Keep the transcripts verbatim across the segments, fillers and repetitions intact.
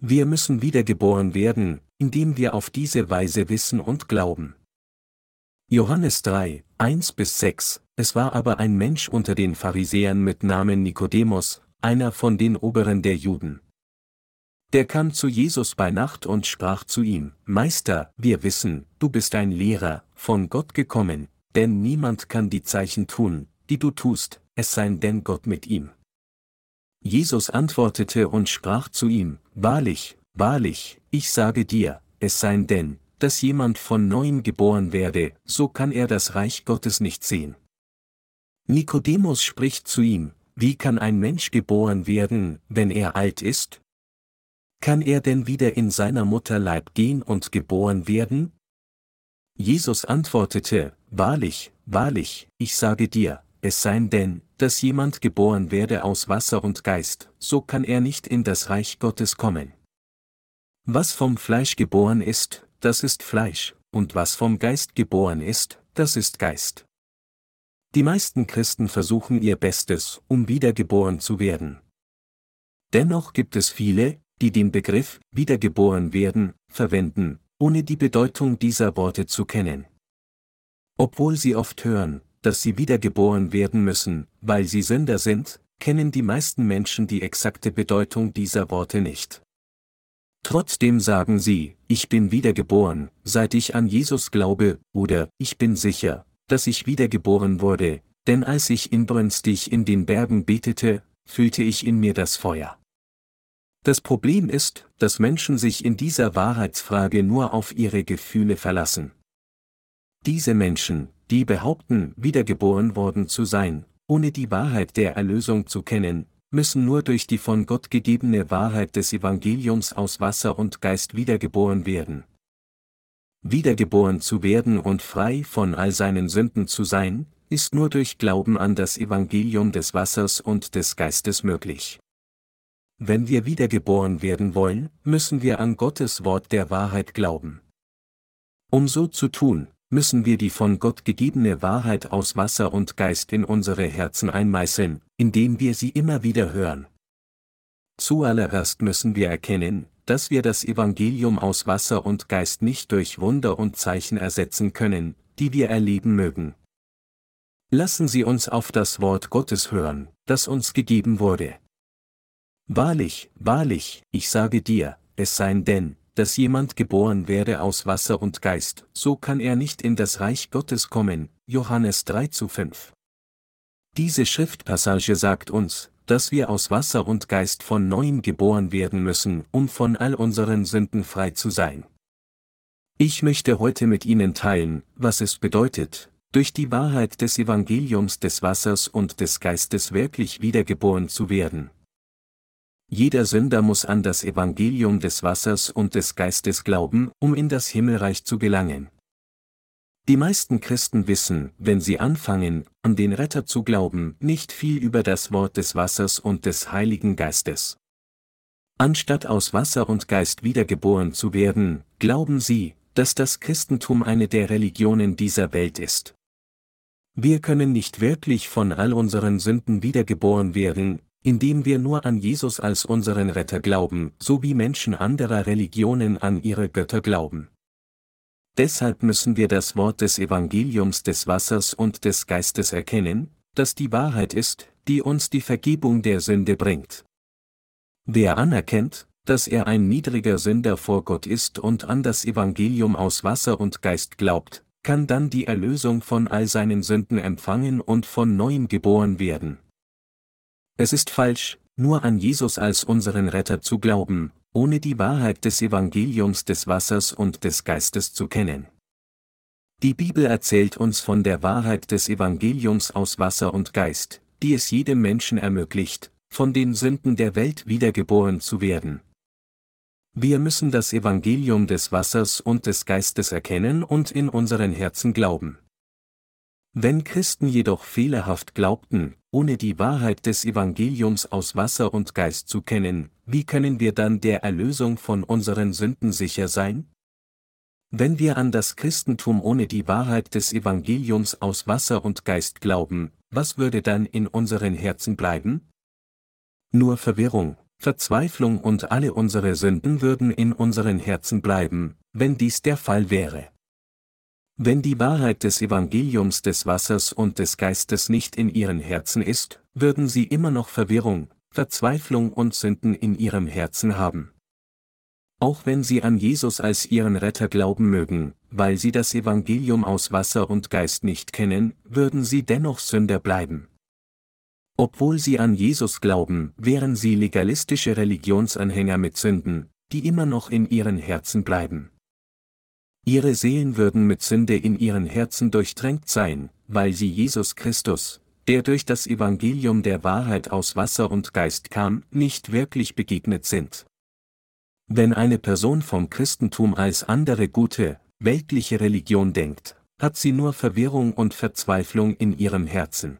Wir müssen wiedergeboren werden, indem wir auf diese Weise wissen und glauben. Johannes drei, eins bis sechs: Es war aber ein Mensch unter den Pharisäern mit Namen Nikodemus, einer von den Oberen der Juden. Der kam zu Jesus bei Nacht und sprach zu ihm: Meister, wir wissen, du bist ein Lehrer, von Gott gekommen, denn niemand kann die Zeichen tun, die du tust, es sei denn Gott mit ihm. Jesus antwortete und sprach zu ihm: Wahrlich, wahrlich, ich sage dir, es sei denn, dass jemand von neuem geboren werde, so kann er das Reich Gottes nicht sehen. Nikodemus spricht zu ihm: Wie kann ein Mensch geboren werden, wenn er alt ist? Kann er denn wieder in seiner Mutter Leib gehen und geboren werden? Jesus antwortete: Wahrlich, wahrlich, ich sage dir, es sei denn, dass jemand geboren werde aus Wasser und Geist, so kann er nicht in das Reich Gottes kommen. Was vom Fleisch geboren ist, das ist Fleisch, und was vom Geist geboren ist, das ist Geist. Die meisten Christen versuchen ihr Bestes, um wiedergeboren zu werden. Dennoch gibt es viele, die den Begriff wiedergeboren werden verwenden, ohne die Bedeutung dieser Worte zu kennen. Obwohl sie oft hören, dass sie wiedergeboren werden müssen, weil sie Sünder sind, kennen die meisten Menschen die exakte Bedeutung dieser Worte nicht. Trotzdem sagen sie: Ich bin wiedergeboren, seit ich an Jesus glaube, oder ich bin sicher, dass ich wiedergeboren wurde, denn als ich inbrünstig in den Bergen betete, fühlte ich in mir das Feuer. Das Problem ist, dass Menschen sich in dieser Wahrheitsfrage nur auf ihre Gefühle verlassen. Diese Menschen, die behaupten, wiedergeboren worden zu sein, ohne die Wahrheit der Erlösung zu kennen, müssen nur durch die von Gott gegebene Wahrheit des Evangeliums aus Wasser und Geist wiedergeboren werden. Wiedergeboren zu werden und frei von all seinen Sünden zu sein, ist nur durch Glauben an das Evangelium des Wassers und des Geistes möglich. Wenn wir wiedergeboren werden wollen, müssen wir an Gottes Wort der Wahrheit glauben. Um so zu tun, müssen wir die von Gott gegebene Wahrheit aus Wasser und Geist in unsere Herzen einmeißeln, indem wir sie immer wieder hören. Zuallererst müssen wir erkennen, dass wir das Evangelium aus Wasser und Geist nicht durch Wunder und Zeichen ersetzen können, die wir erleben mögen. Lassen Sie uns auf das Wort Gottes hören, das uns gegeben wurde. Wahrlich, wahrlich, ich sage dir, es sei denn, dass jemand geboren werde aus Wasser und Geist, so kann er nicht in das Reich Gottes kommen. Johannes drei zu fünf. Diese Schriftpassage sagt uns, dass wir aus Wasser und Geist von neuem geboren werden müssen, um von all unseren Sünden frei zu sein. Ich möchte heute mit Ihnen teilen, was es bedeutet, durch die Wahrheit des Evangeliums des Wassers und des Geistes wirklich wiedergeboren zu werden. Jeder Sünder muss an das Evangelium des Wassers und des Geistes glauben, um in das Himmelreich zu gelangen. Die meisten Christen wissen, wenn sie anfangen, an den Retter zu glauben, nicht viel über das Wort des Wassers und des Heiligen Geistes. Anstatt aus Wasser und Geist wiedergeboren zu werden, glauben sie, dass das Christentum eine der Religionen dieser Welt ist. Wir können nicht wirklich von all unseren Sünden wiedergeboren werden, indem wir nur an Jesus als unseren Retter glauben, so wie Menschen anderer Religionen an ihre Götter glauben. Deshalb müssen wir das Wort des Evangeliums des Wassers und des Geistes erkennen, das die Wahrheit ist, die uns die Vergebung der Sünde bringt. Wer anerkennt, dass er ein niedriger Sünder vor Gott ist und an das Evangelium aus Wasser und Geist glaubt, kann dann die Erlösung von all seinen Sünden empfangen und von neuem geboren werden. Es ist falsch, nur an Jesus als unseren Retter zu glauben, ohne die Wahrheit des Evangeliums des Wassers und des Geistes zu kennen. Die Bibel erzählt uns von der Wahrheit des Evangeliums aus Wasser und Geist, die es jedem Menschen ermöglicht, von den Sünden der Welt wiedergeboren zu werden. Wir müssen das Evangelium des Wassers und des Geistes erkennen und in unseren Herzen glauben. Wenn Christen jedoch fehlerhaft glaubten, ohne die Wahrheit des Evangeliums aus Wasser und Geist zu kennen, wie können wir dann der Erlösung von unseren Sünden sicher sein? Wenn wir an das Christentum ohne die Wahrheit des Evangeliums aus Wasser und Geist glauben, was würde dann in unseren Herzen bleiben? Nur Verwirrung, Verzweiflung und alle unsere Sünden würden in unseren Herzen bleiben, wenn dies der Fall wäre. Wenn die Wahrheit des Evangeliums des Wassers und des Geistes nicht in ihren Herzen ist, würden sie immer noch Verwirrung, Verzweiflung und Sünden in ihrem Herzen haben. Auch wenn sie an Jesus als ihren Retter glauben mögen, weil sie das Evangelium aus Wasser und Geist nicht kennen, würden sie dennoch Sünder bleiben. Obwohl sie an Jesus glauben, wären sie legalistische Religionsanhänger mit Sünden, die immer noch in ihren Herzen bleiben. Ihre Seelen würden mit Sünde in ihren Herzen durchtränkt sein, weil sie Jesus Christus, der durch das Evangelium der Wahrheit aus Wasser und Geist kam, nicht wirklich begegnet sind. Wenn eine Person vom Christentum als andere gute, weltliche Religion denkt, hat sie nur Verwirrung und Verzweiflung in ihrem Herzen.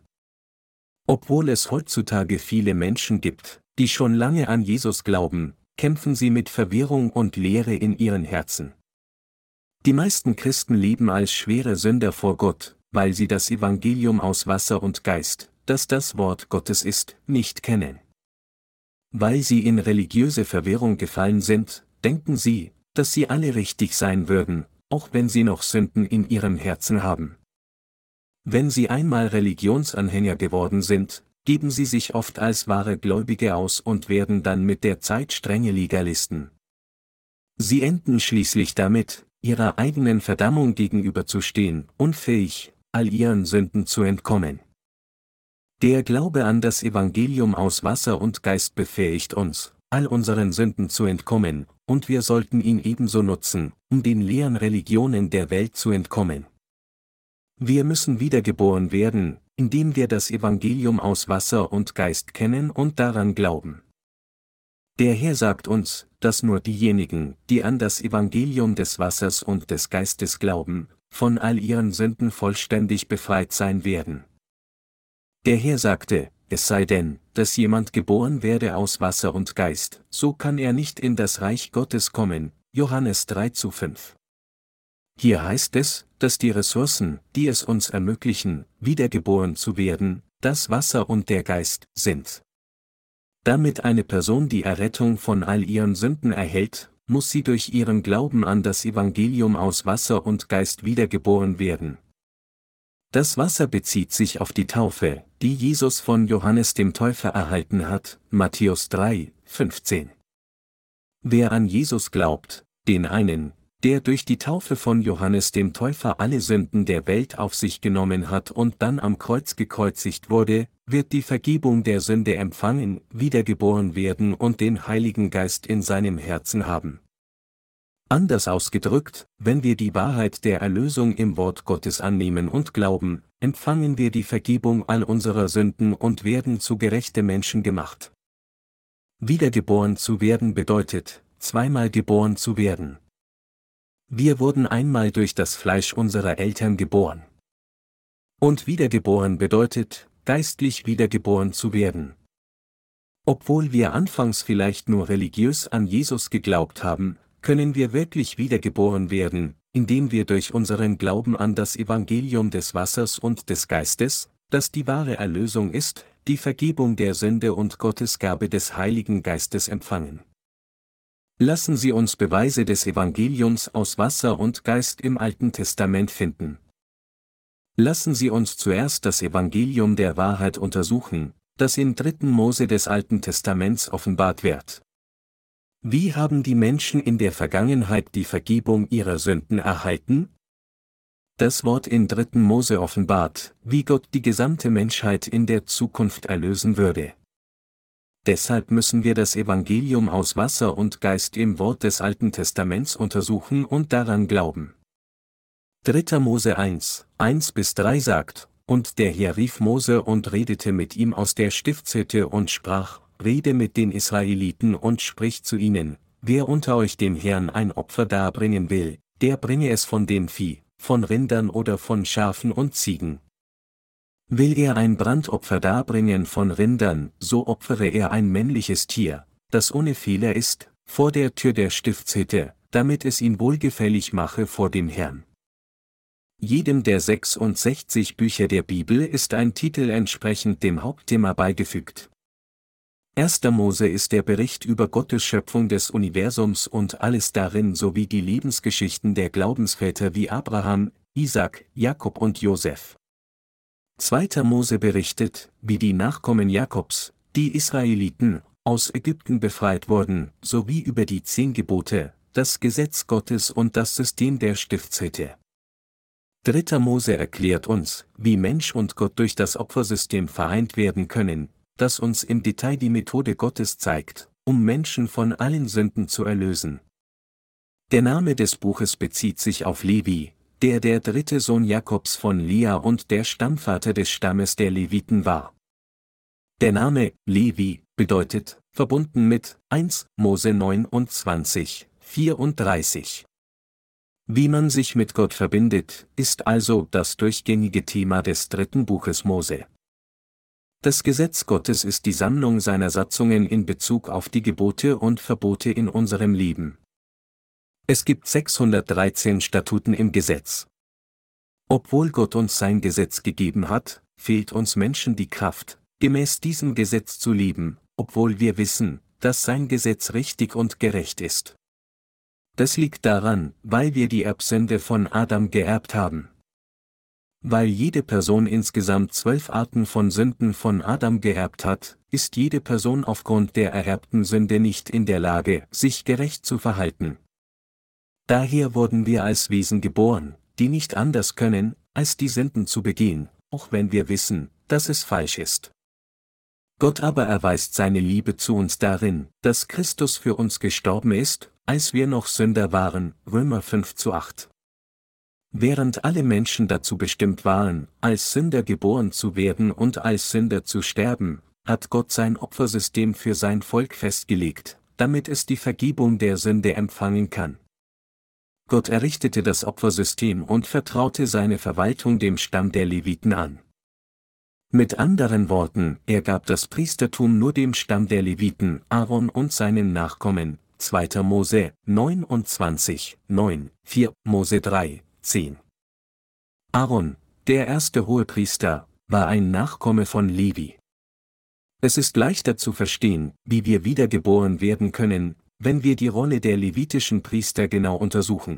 Obwohl es heutzutage viele Menschen gibt, die schon lange an Jesus glauben, kämpfen sie mit Verwirrung und Leere in ihren Herzen. Die meisten Christen leben als schwere Sünder vor Gott, weil sie das Evangelium aus Wasser und Geist, das das Wort Gottes ist, nicht kennen. Weil sie in religiöse Verwirrung gefallen sind, denken sie, dass sie alle richtig sein würden, auch wenn sie noch Sünden in ihrem Herzen haben. Wenn sie einmal Religionsanhänger geworden sind, geben sie sich oft als wahre Gläubige aus und werden dann mit der Zeit strenge Legalisten. Sie enden schließlich damit, ihrer eigenen Verdammung gegenüberzustehen, unfähig, all ihren Sünden zu entkommen. Der Glaube an das Evangelium aus Wasser und Geist befähigt uns, all unseren Sünden zu entkommen, und wir sollten ihn ebenso nutzen, um den leeren Religionen der Welt zu entkommen. Wir müssen wiedergeboren werden, indem wir das Evangelium aus Wasser und Geist kennen und daran glauben. Der Herr sagt uns, dass nur diejenigen, die an das Evangelium des Wassers und des Geistes glauben, von all ihren Sünden vollständig befreit sein werden. Der Herr sagte, es sei denn, dass jemand geboren werde aus Wasser und Geist, so kann er nicht in das Reich Gottes kommen, Johannes drei zu fünf. Hier heißt es, dass die Ressourcen, die es uns ermöglichen, wiedergeboren zu werden, das Wasser und der Geist, sind. Damit eine Person die Errettung von all ihren Sünden erhält, muss sie durch ihren Glauben an das Evangelium aus Wasser und Geist wiedergeboren werden. Das Wasser bezieht sich auf die Taufe, die Jesus von Johannes dem Täufer erhalten hat, Matthäus drei, fünfzehn. Wer an Jesus glaubt, den einen, der durch die Taufe von Johannes dem Täufer alle Sünden der Welt auf sich genommen hat und dann am Kreuz gekreuzigt wurde, wird die Vergebung der Sünde empfangen, wiedergeboren werden und den Heiligen Geist in seinem Herzen haben. Anders ausgedrückt, wenn wir die Wahrheit der Erlösung im Wort Gottes annehmen und glauben, empfangen wir die Vergebung all unserer Sünden und werden zu gerechte Menschen gemacht. Wiedergeboren zu werden bedeutet, zweimal geboren zu werden. Wir wurden einmal durch das Fleisch unserer Eltern geboren. Und wiedergeboren bedeutet, geistlich wiedergeboren zu werden. Obwohl wir anfangs vielleicht nur religiös an Jesus geglaubt haben, können wir wirklich wiedergeboren werden, indem wir durch unseren Glauben an das Evangelium des Wassers und des Geistes, das die wahre Erlösung ist, die Vergebung der Sünde und Gottes Gabe des Heiligen Geistes empfangen. Lassen Sie uns Beweise des Evangeliums aus Wasser und Geist im Alten Testament finden. Lassen Sie uns zuerst das Evangelium der Wahrheit untersuchen, das in dritten Mose des Alten Testaments offenbart wird. Wie haben die Menschen in der Vergangenheit die Vergebung ihrer Sünden erhalten? Das Wort in dritten Mose offenbart, wie Gott die gesamte Menschheit in der Zukunft erlösen würde. Deshalb müssen wir das Evangelium aus Wasser und Geist im Wort des Alten Testaments untersuchen und daran glauben. dritter Mose eins, eins bis drei sagt, und der Herr rief Mose und redete mit ihm aus der Stiftshütte und sprach, rede mit den Israeliten und sprich zu ihnen, wer unter euch dem Herrn ein Opfer darbringen will, der bringe es von dem Vieh, von Rindern oder von Schafen und Ziegen. Will er ein Brandopfer darbringen von Rindern, so opfere er ein männliches Tier, das ohne Fehler ist, vor der Tür der Stiftshütte, damit es ihn wohlgefällig mache vor dem Herrn. Jedem der sechsundsechzig Bücher der Bibel ist ein Titel entsprechend dem Hauptthema beigefügt. Erster Mose ist der Bericht über Gottes Schöpfung des Universums und alles darin sowie die Lebensgeschichten der Glaubensväter wie Abraham, Isaak, Jakob und Josef. Zweiter Mose berichtet, wie die Nachkommen Jakobs, die Israeliten, aus Ägypten befreit wurden, sowie über die zehn Gebote, das Gesetz Gottes und das System der Stiftshütte. Dritter Mose erklärt uns, wie Mensch und Gott durch das Opfersystem vereint werden können, das uns im Detail die Methode Gottes zeigt, um Menschen von allen Sünden zu erlösen. Der Name des Buches bezieht sich auf Levi, der der dritte Sohn Jakobs von Lea und der Stammvater des Stammes der Leviten war. Der Name Levi bedeutet, verbunden mit eins Mose neunundzwanzig, vierunddreißig. Wie man sich mit Gott verbindet, ist also das durchgängige Thema des dritten Buches Mose. Das Gesetz Gottes ist die Sammlung seiner Satzungen in Bezug auf die Gebote und Verbote in unserem Leben. Es gibt sechshundertdreizehn Statuten im Gesetz. Obwohl Gott uns sein Gesetz gegeben hat, fehlt uns Menschen die Kraft, gemäß diesem Gesetz zu leben, obwohl wir wissen, dass sein Gesetz richtig und gerecht ist. Das liegt daran, weil wir die Erbsünde von Adam geerbt haben. Weil jede Person insgesamt zwölf Arten von Sünden von Adam geerbt hat, ist jede Person aufgrund der ererbten Sünde nicht in der Lage, sich gerecht zu verhalten. Daher wurden wir als Wesen geboren, die nicht anders können, als die Sünden zu begehen, auch wenn wir wissen, dass es falsch ist. Gott aber erweist seine Liebe zu uns darin, dass Christus für uns gestorben ist, als wir noch Sünder waren, Römer fünf zu acht. Während alle Menschen dazu bestimmt waren, als Sünder geboren zu werden und als Sünder zu sterben, hat Gott sein Opfersystem für sein Volk festgelegt, damit es die Vergebung der Sünde empfangen kann. Gott errichtete das Opfersystem und vertraute seine Verwaltung dem Stamm der Leviten an. Mit anderen Worten, er gab das Priestertum nur dem Stamm der Leviten, Aaron und seinen Nachkommen, zweiter Mose neunundzwanzig, neun, vier Mose drei, zehn. Aaron, der erste Hohepriester, war ein Nachkomme von Levi. Es ist leichter zu verstehen, wie wir wiedergeboren werden können, wenn wir die Rolle der levitischen Priester genau untersuchen.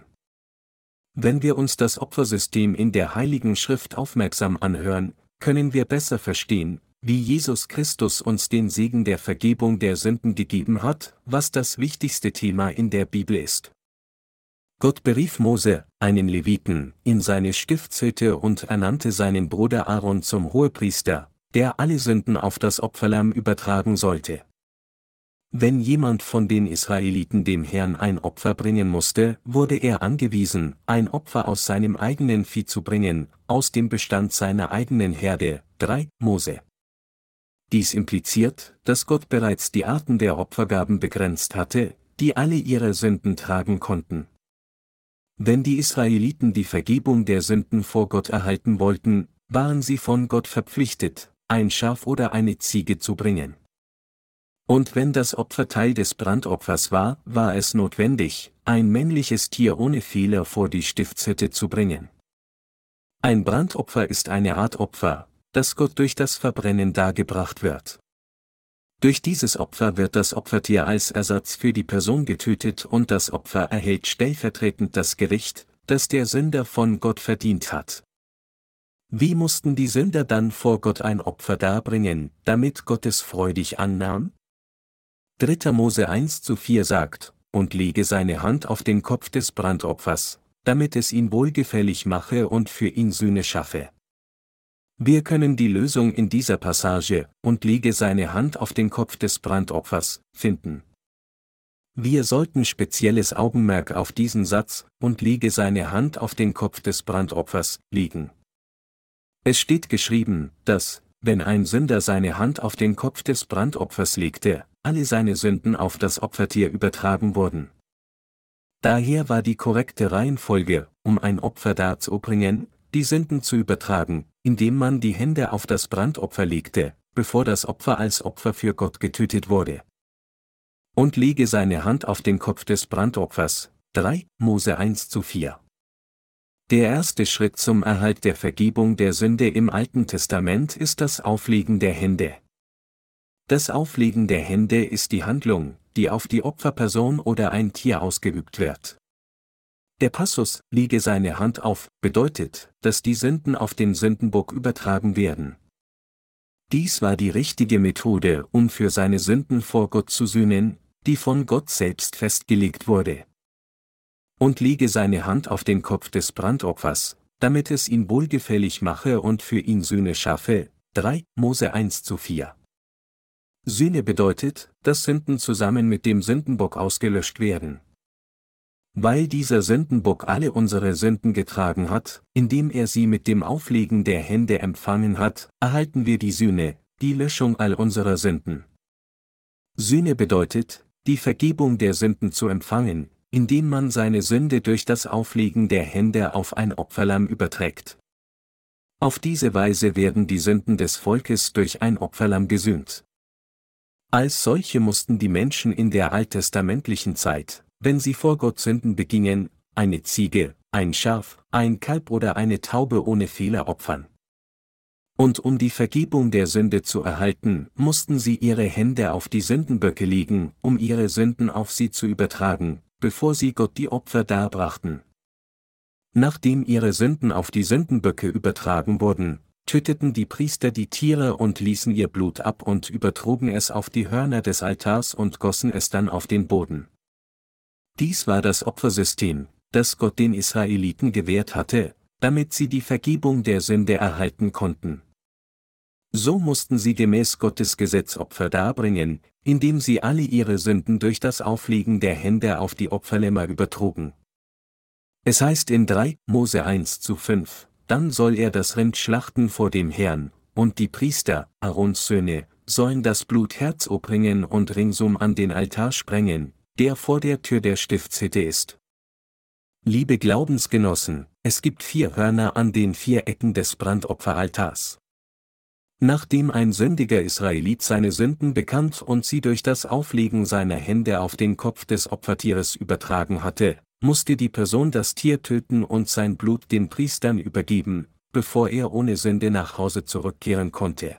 Wenn wir uns das Opfersystem in der Heiligen Schrift aufmerksam anhören, können wir besser verstehen, wie Jesus Christus uns den Segen der Vergebung der Sünden gegeben hat, was das wichtigste Thema in der Bibel ist. Gott berief Mose, einen Leviten, in seine Stiftshütte und ernannte seinen Bruder Aaron zum Hohepriester, der alle Sünden auf das Opferlamm übertragen sollte. Wenn jemand von den Israeliten dem Herrn ein Opfer bringen musste, wurde er angewiesen, ein Opfer aus seinem eigenen Vieh zu bringen, aus dem Bestand seiner eigenen Herde, drei Mose. Dies impliziert, dass Gott bereits die Arten der Opfergaben begrenzt hatte, die alle ihre Sünden tragen konnten. Wenn die Israeliten die Vergebung der Sünden vor Gott erhalten wollten, waren sie von Gott verpflichtet, ein Schaf oder eine Ziege zu bringen. Und wenn das Opfer Teil des Brandopfers war, war es notwendig, ein männliches Tier ohne Fehler vor die Stiftshütte zu bringen. Ein Brandopfer ist eine Art Opfer, das Gott durch das Verbrennen dargebracht wird. Durch dieses Opfer wird das Opfertier als Ersatz für die Person getötet und das Opfer erhält stellvertretend das Gericht, das der Sünder von Gott verdient hat. Wie mussten die Sünder dann vor Gott ein Opfer darbringen, damit Gott es freudig annahm? dritter Mose eins zu vier sagt, und lege seine Hand auf den Kopf des Brandopfers, damit es ihn wohlgefällig mache und für ihn Sühne schaffe. Wir können die Lösung in dieser Passage, und lege seine Hand auf den Kopf des Brandopfers, finden. Wir sollten spezielles Augenmerk auf diesen Satz, und lege seine Hand auf den Kopf des Brandopfers, legen. Es steht geschrieben, dass, wenn ein Sünder seine Hand auf den Kopf des Brandopfers legte, alle seine Sünden auf das Opfertier übertragen wurden. Daher war die korrekte Reihenfolge, um ein Opfer darzubringen, die Sünden zu übertragen, indem man die Hände auf das Brandopfer legte, bevor das Opfer als Opfer für Gott getötet wurde. Und lege seine Hand auf den Kopf des Brandopfers, drei Mose eins zu vier. Der erste Schritt zum Erhalt der Vergebung der Sünde im Alten Testament ist das Auflegen der Hände. Das Auflegen der Hände ist die Handlung, die auf die Opferperson oder ein Tier ausgeübt wird. Der Passus, lege seine Hand auf, bedeutet, dass die Sünden auf den Sündenbock übertragen werden. Dies war die richtige Methode, um für seine Sünden vor Gott zu sühnen, die von Gott selbst festgelegt wurde. Und lege seine Hand auf den Kopf des Brandopfers, damit es ihn wohlgefällig mache und für ihn Sühne schaffe. drei Mose eins zu vier. Sühne bedeutet, dass Sünden zusammen mit dem Sündenbock ausgelöscht werden. Weil dieser Sündenbock alle unsere Sünden getragen hat, indem er sie mit dem Auflegen der Hände empfangen hat, erhalten wir die Sühne, die Löschung all unserer Sünden. Sühne bedeutet, die Vergebung der Sünden zu empfangen, indem man seine Sünde durch das Auflegen der Hände auf ein Opferlamm überträgt. Auf diese Weise werden die Sünden des Volkes durch ein Opferlamm gesühnt. Als solche mussten die Menschen in der alttestamentlichen Zeit, wenn sie vor Gott Sünden begingen, eine Ziege, ein Schaf, ein Kalb oder eine Taube ohne Fehler opfern. Und um die Vergebung der Sünde zu erhalten, mussten sie ihre Hände auf die Sündenböcke legen, um ihre Sünden auf sie zu übertragen, bevor sie Gott die Opfer darbrachten. Nachdem ihre Sünden auf die Sündenböcke übertragen wurden, töteten die Priester die Tiere und ließen ihr Blut ab und übertrugen es auf die Hörner des Altars und gossen es dann auf den Boden. Dies war das Opfersystem, das Gott den Israeliten gewährt hatte, damit sie die Vergebung der Sünde erhalten konnten. So mussten sie gemäß Gottes Gesetz Opfer darbringen, indem sie alle ihre Sünden durch das Auflegen der Hände auf die Opferlämmer übertrugen. Es heißt in drei Mose eins zu fünf, dann soll er das Rind schlachten vor dem Herrn, und die Priester, Aarons Söhne, sollen das Blut herzo bringen und ringsum an den Altar sprengen, der vor der Tür der Stiftshütte ist. Liebe Glaubensgenossen, es gibt vier Hörner an den vier Ecken des Brandopferaltars. Nachdem ein sündiger Israelit seine Sünden bekannt und sie durch das Auflegen seiner Hände auf den Kopf des Opfertieres übertragen hatte, musste die Person das Tier töten und sein Blut den Priestern übergeben, bevor er ohne Sünde nach Hause zurückkehren konnte.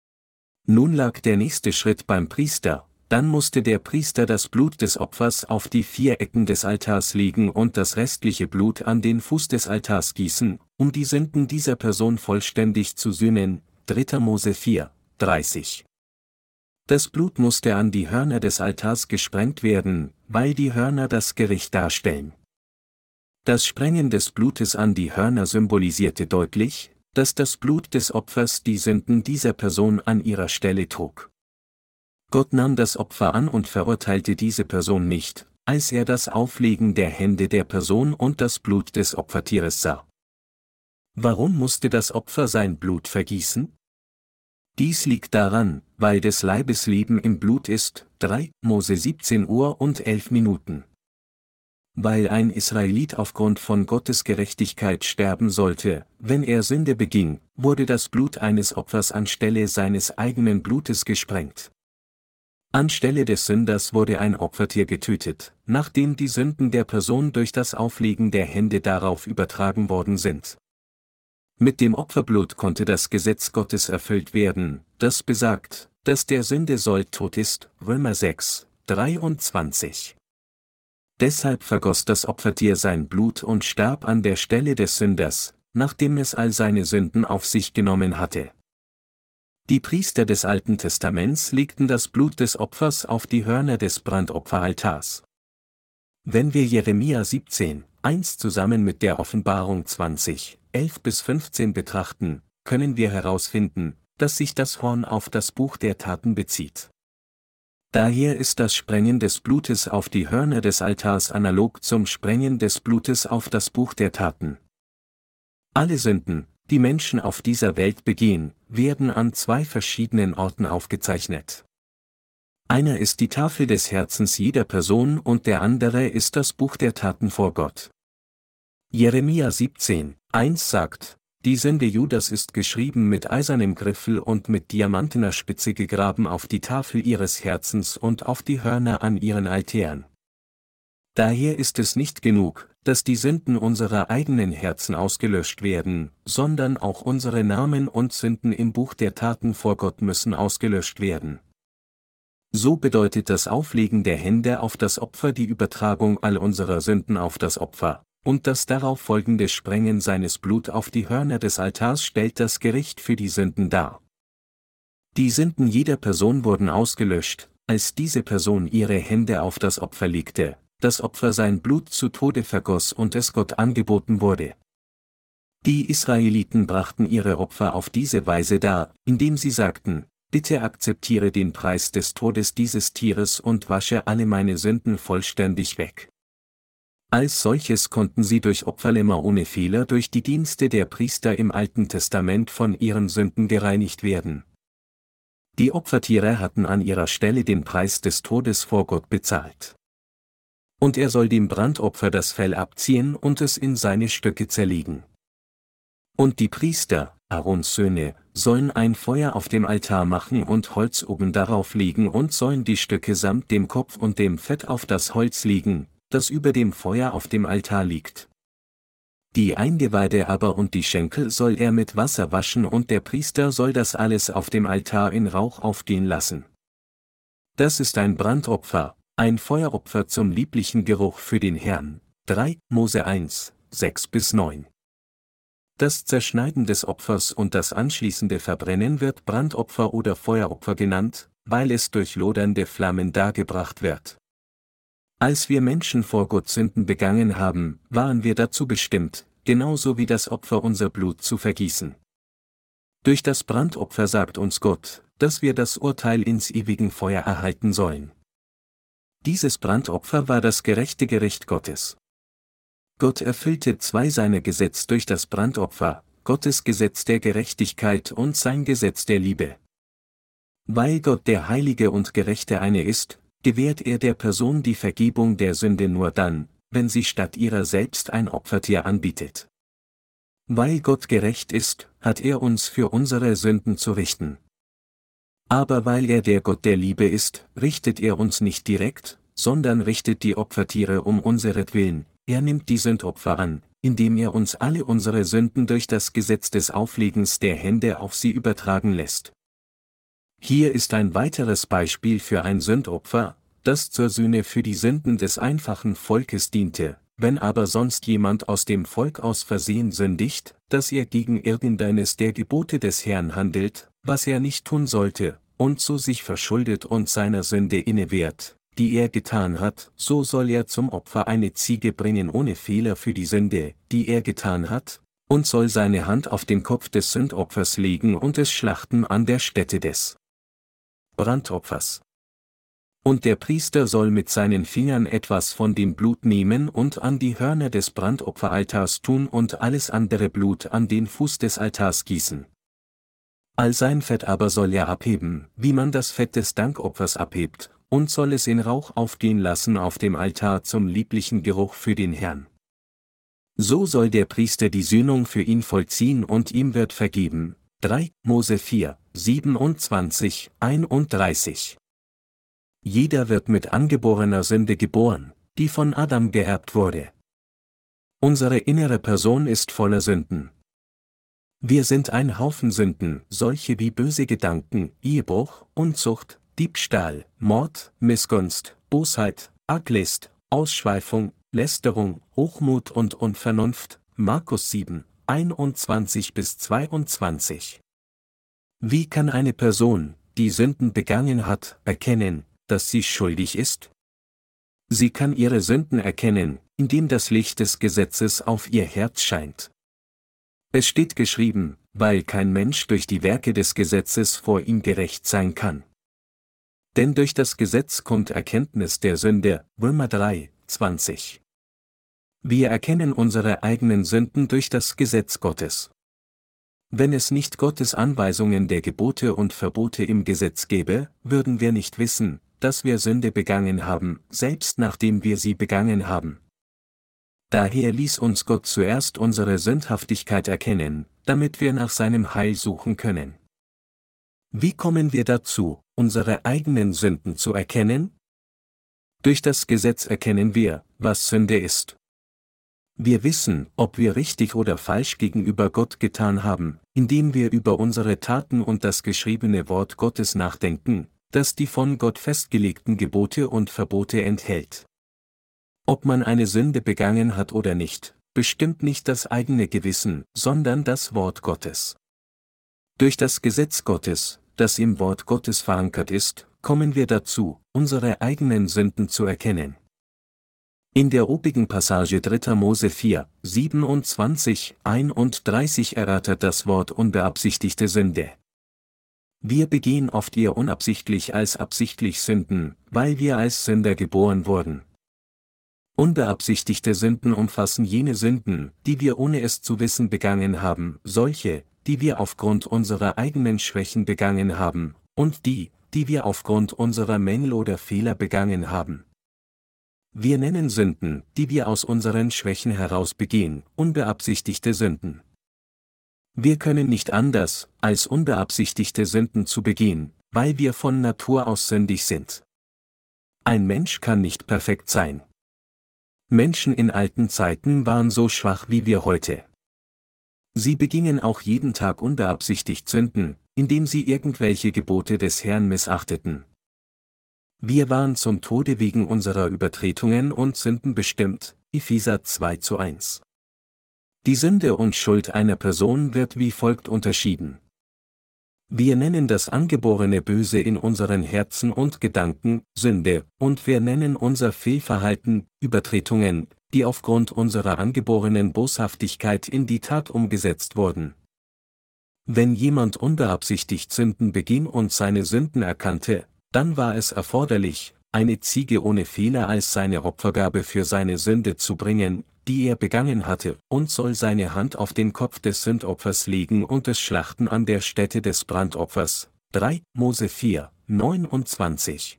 Nun lag der nächste Schritt beim Priester. Dann musste der Priester das Blut des Opfers auf die vier Ecken des Altars legen und das restliche Blut an den Fuß des Altars gießen, um die Sünden dieser Person vollständig zu sühnen. dritter Mose vier, dreißig. Das Blut musste an die Hörner des Altars gesprengt werden, weil die Hörner das Gericht darstellen. Das Sprengen des Blutes an die Hörner symbolisierte deutlich, dass das Blut des Opfers die Sünden dieser Person an ihrer Stelle trug. Gott nahm das Opfer an und verurteilte diese Person nicht, als er das Auflegen der Hände der Person und das Blut des Opfertieres sah. Warum musste das Opfer sein Blut vergießen? Dies liegt daran, weil des Leibes Leben im Blut ist. drei Mose siebzehn Uhr und elf Minuten. Weil ein Israelit aufgrund von Gottes Gerechtigkeit sterben sollte, wenn er Sünde beging, wurde das Blut eines Opfers anstelle seines eigenen Blutes gesprengt. Anstelle des Sünders wurde ein Opfertier getötet, nachdem die Sünden der Person durch das Auflegen der Hände darauf übertragen worden sind. Mit dem Opferblut konnte das Gesetz Gottes erfüllt werden, das besagt, dass der Sündesold tot ist. Römer sechs, dreiundzwanzig. Deshalb vergoss das Opfertier sein Blut und starb an der Stelle des Sünders, nachdem es all seine Sünden auf sich genommen hatte. Die Priester des Alten Testaments legten das Blut des Opfers auf die Hörner des Brandopferaltars. Wenn wir Jeremia siebzehn, eins zusammen mit der Offenbarung zwanzig, elf bis fünfzehn betrachten, können wir herausfinden, dass sich das Horn auf das Buch der Taten bezieht. Daher ist das Sprengen des Blutes auf die Hörner des Altars analog zum Sprengen des Blutes auf das Buch der Taten. Alle Sünden, die Menschen auf dieser Welt begehen, werden an zwei verschiedenen Orten aufgezeichnet. Einer ist die Tafel des Herzens jeder Person und der andere ist das Buch der Taten vor Gott. Jeremia siebzehn, eins sagt, die Sünde Judas ist geschrieben mit eisernem Griffel und mit diamantener Spitze gegraben auf die Tafel ihres Herzens und auf die Hörner an ihren Altären. Daher ist es nicht genug, dass die Sünden unserer eigenen Herzen ausgelöscht werden, sondern auch unsere Namen und Sünden im Buch der Taten vor Gott müssen ausgelöscht werden. So bedeutet das Auflegen der Hände auf das Opfer die Übertragung all unserer Sünden auf das Opfer, und das darauf folgende Sprengen seines Blut auf die Hörner des Altars stellt das Gericht für die Sünden dar. Die Sünden jeder Person wurden ausgelöscht, als diese Person ihre Hände auf das Opfer legte, das Opfer sein Blut zu Tode vergoss und es Gott angeboten wurde. Die Israeliten brachten ihre Opfer auf diese Weise dar, indem sie sagten: Bitte akzeptiere den Preis des Todes dieses Tieres und wasche alle meine Sünden vollständig weg. Als solches konnten sie durch Opferlämmer ohne Fehler durch die Dienste der Priester im Alten Testament von ihren Sünden gereinigt werden. Die Opfertiere hatten an ihrer Stelle den Preis des Todes vor Gott bezahlt. Und er soll dem Brandopfer das Fell abziehen und es in seine Stücke zerlegen. Und die Priester, Aarons Söhne, sollen ein Feuer auf dem Altar machen und Holz oben darauf legen und sollen die Stücke samt dem Kopf und dem Fett auf das Holz legen, das über dem Feuer auf dem Altar liegt. Die Eingeweide aber und die Schenkel soll er mit Wasser waschen und der Priester soll das alles auf dem Altar in Rauch aufgehen lassen. Das ist ein Brandopfer, ein Feueropfer zum lieblichen Geruch für den Herrn. drei Mose eins, sechs bis neun. Das Zerschneiden des Opfers und das anschließende Verbrennen wird Brandopfer oder Feueropfer genannt, weil es durch lodernde Flammen dargebracht wird. Als wir Menschen vor Gott Sünden begangen haben, waren wir dazu bestimmt, genauso wie das Opfer unser Blut zu vergießen. Durch das Brandopfer sagt uns Gott, dass wir das Urteil ins ewige Feuer erhalten sollen. Dieses Brandopfer war das gerechte Gericht Gottes. Gott erfüllte zwei seiner Gesetze durch das Brandopfer, Gottes Gesetz der Gerechtigkeit und sein Gesetz der Liebe. Weil Gott der Heilige und Gerechte eine ist, gewährt er der Person die Vergebung der Sünde nur dann, wenn sie statt ihrer selbst ein Opfertier anbietet. Weil Gott gerecht ist, hat er uns für unsere Sünden zu richten. Aber weil er der Gott der Liebe ist, richtet er uns nicht direkt, sondern richtet die Opfertiere um unseretwillen. Er nimmt die Sündopfer an, indem er uns alle unsere Sünden durch das Gesetz des Auflegens der Hände auf sie übertragen lässt. Hier ist ein weiteres Beispiel für ein Sündopfer, das zur Sühne für die Sünden des einfachen Volkes diente. Wenn aber sonst jemand aus dem Volk aus Versehen sündigt, dass er gegen irgendeines der Gebote des Herrn handelt, was er nicht tun sollte, und so sich verschuldet und seiner Sünde innewehrt, die er getan hat, so soll er zum Opfer eine Ziege bringen ohne Fehler für die Sünde, die er getan hat, und soll seine Hand auf den Kopf des Sündopfers legen und es schlachten an der Stätte des Brandopfers. Und der Priester soll mit seinen Fingern etwas von dem Blut nehmen und an die Hörner des Brandopferaltars tun und alles andere Blut an den Fuß des Altars gießen. All sein Fett aber soll er abheben, wie man das Fett des Dankopfers abhebt, und soll es in Rauch aufgehen lassen auf dem Altar zum lieblichen Geruch für den Herrn. So soll der Priester die Sühnung für ihn vollziehen und ihm wird vergeben. drei Mose vier, siebenundzwanzig, einunddreißig. Jeder wird mit angeborener Sünde geboren, die von Adam geerbt wurde. Unsere innere Person ist voller Sünden. Wir sind ein Haufen Sünden, solche wie böse Gedanken, Ehebruch, Unzucht, Diebstahl, Mord, Missgunst, Bosheit, Arglist, Ausschweifung, Lästerung, Hochmut und Unvernunft. Markus sieben, einundzwanzig bis zweiundzwanzig. Wie kann eine Person, die Sünden begangen hat, erkennen, dass sie schuldig ist? Sie kann ihre Sünden erkennen, indem das Licht des Gesetzes auf ihr Herz scheint. Es steht geschrieben, weil kein Mensch durch die Werke des Gesetzes vor ihm gerecht sein kann. Denn durch das Gesetz kommt Erkenntnis der Sünde. Römer drei, zwanzig. Wir erkennen unsere eigenen Sünden durch das Gesetz Gottes. Wenn es nicht Gottes Anweisungen der Gebote und Verbote im Gesetz gäbe, würden wir nicht wissen, dass wir Sünde begangen haben, selbst nachdem wir sie begangen haben. Daher ließ uns Gott zuerst unsere Sündhaftigkeit erkennen, damit wir nach seinem Heil suchen können. Wie kommen wir dazu, unsere eigenen Sünden zu erkennen? Durch das Gesetz erkennen wir, was Sünde ist. Wir wissen, ob wir richtig oder falsch gegenüber Gott getan haben, indem wir über unsere Taten und das geschriebene Wort Gottes nachdenken, das die von Gott festgelegten Gebote und Verbote enthält. Ob man eine Sünde begangen hat oder nicht, bestimmt nicht das eigene Gewissen, sondern das Wort Gottes. Durch das Gesetz Gottes, das im Wort Gottes verankert ist, kommen wir dazu, unsere eigenen Sünden zu erkennen. In der obigen Passage dritter Mose vier, siebenundzwanzig, einunddreißig erörtert das Wort unbeabsichtigte Sünde. Wir begehen oft eher unabsichtlich als absichtlich Sünden, weil wir als Sünder geboren wurden. Unbeabsichtigte Sünden umfassen jene Sünden, die wir ohne es zu wissen begangen haben, solche, die wir aufgrund unserer eigenen Schwächen begangen haben, und die, die wir aufgrund unserer Mängel oder Fehler begangen haben. Wir nennen Sünden, die wir aus unseren Schwächen heraus begehen, unbeabsichtigte Sünden. Wir können nicht anders, als unbeabsichtigte Sünden zu begehen, weil wir von Natur aus sündig sind. Ein Mensch kann nicht perfekt sein. Menschen in alten Zeiten waren so schwach wie wir heute. Sie begingen auch jeden Tag unbeabsichtigt Sünden, indem sie irgendwelche Gebote des Herrn missachteten. Wir waren zum Tode wegen unserer Übertretungen und Sünden bestimmt, Epheser zwei zu eins. Die Sünde und Schuld einer Person wird wie folgt unterschieden. Wir nennen das angeborene Böse in unseren Herzen und Gedanken Sünde, und wir nennen unser Fehlverhalten Übertretungen, die aufgrund unserer angeborenen Boshaftigkeit in die Tat umgesetzt wurden. Wenn jemand unbeabsichtigt Sünden beging und seine Sünden erkannte, dann war es erforderlich, eine Ziege ohne Fehler als seine Opfergabe für seine Sünde zu bringen, die er begangen hatte, und soll seine Hand auf den Kopf des Sündopfers legen und es schlachten an der Stätte des Brandopfers. drei Mose vier, neunundzwanzig.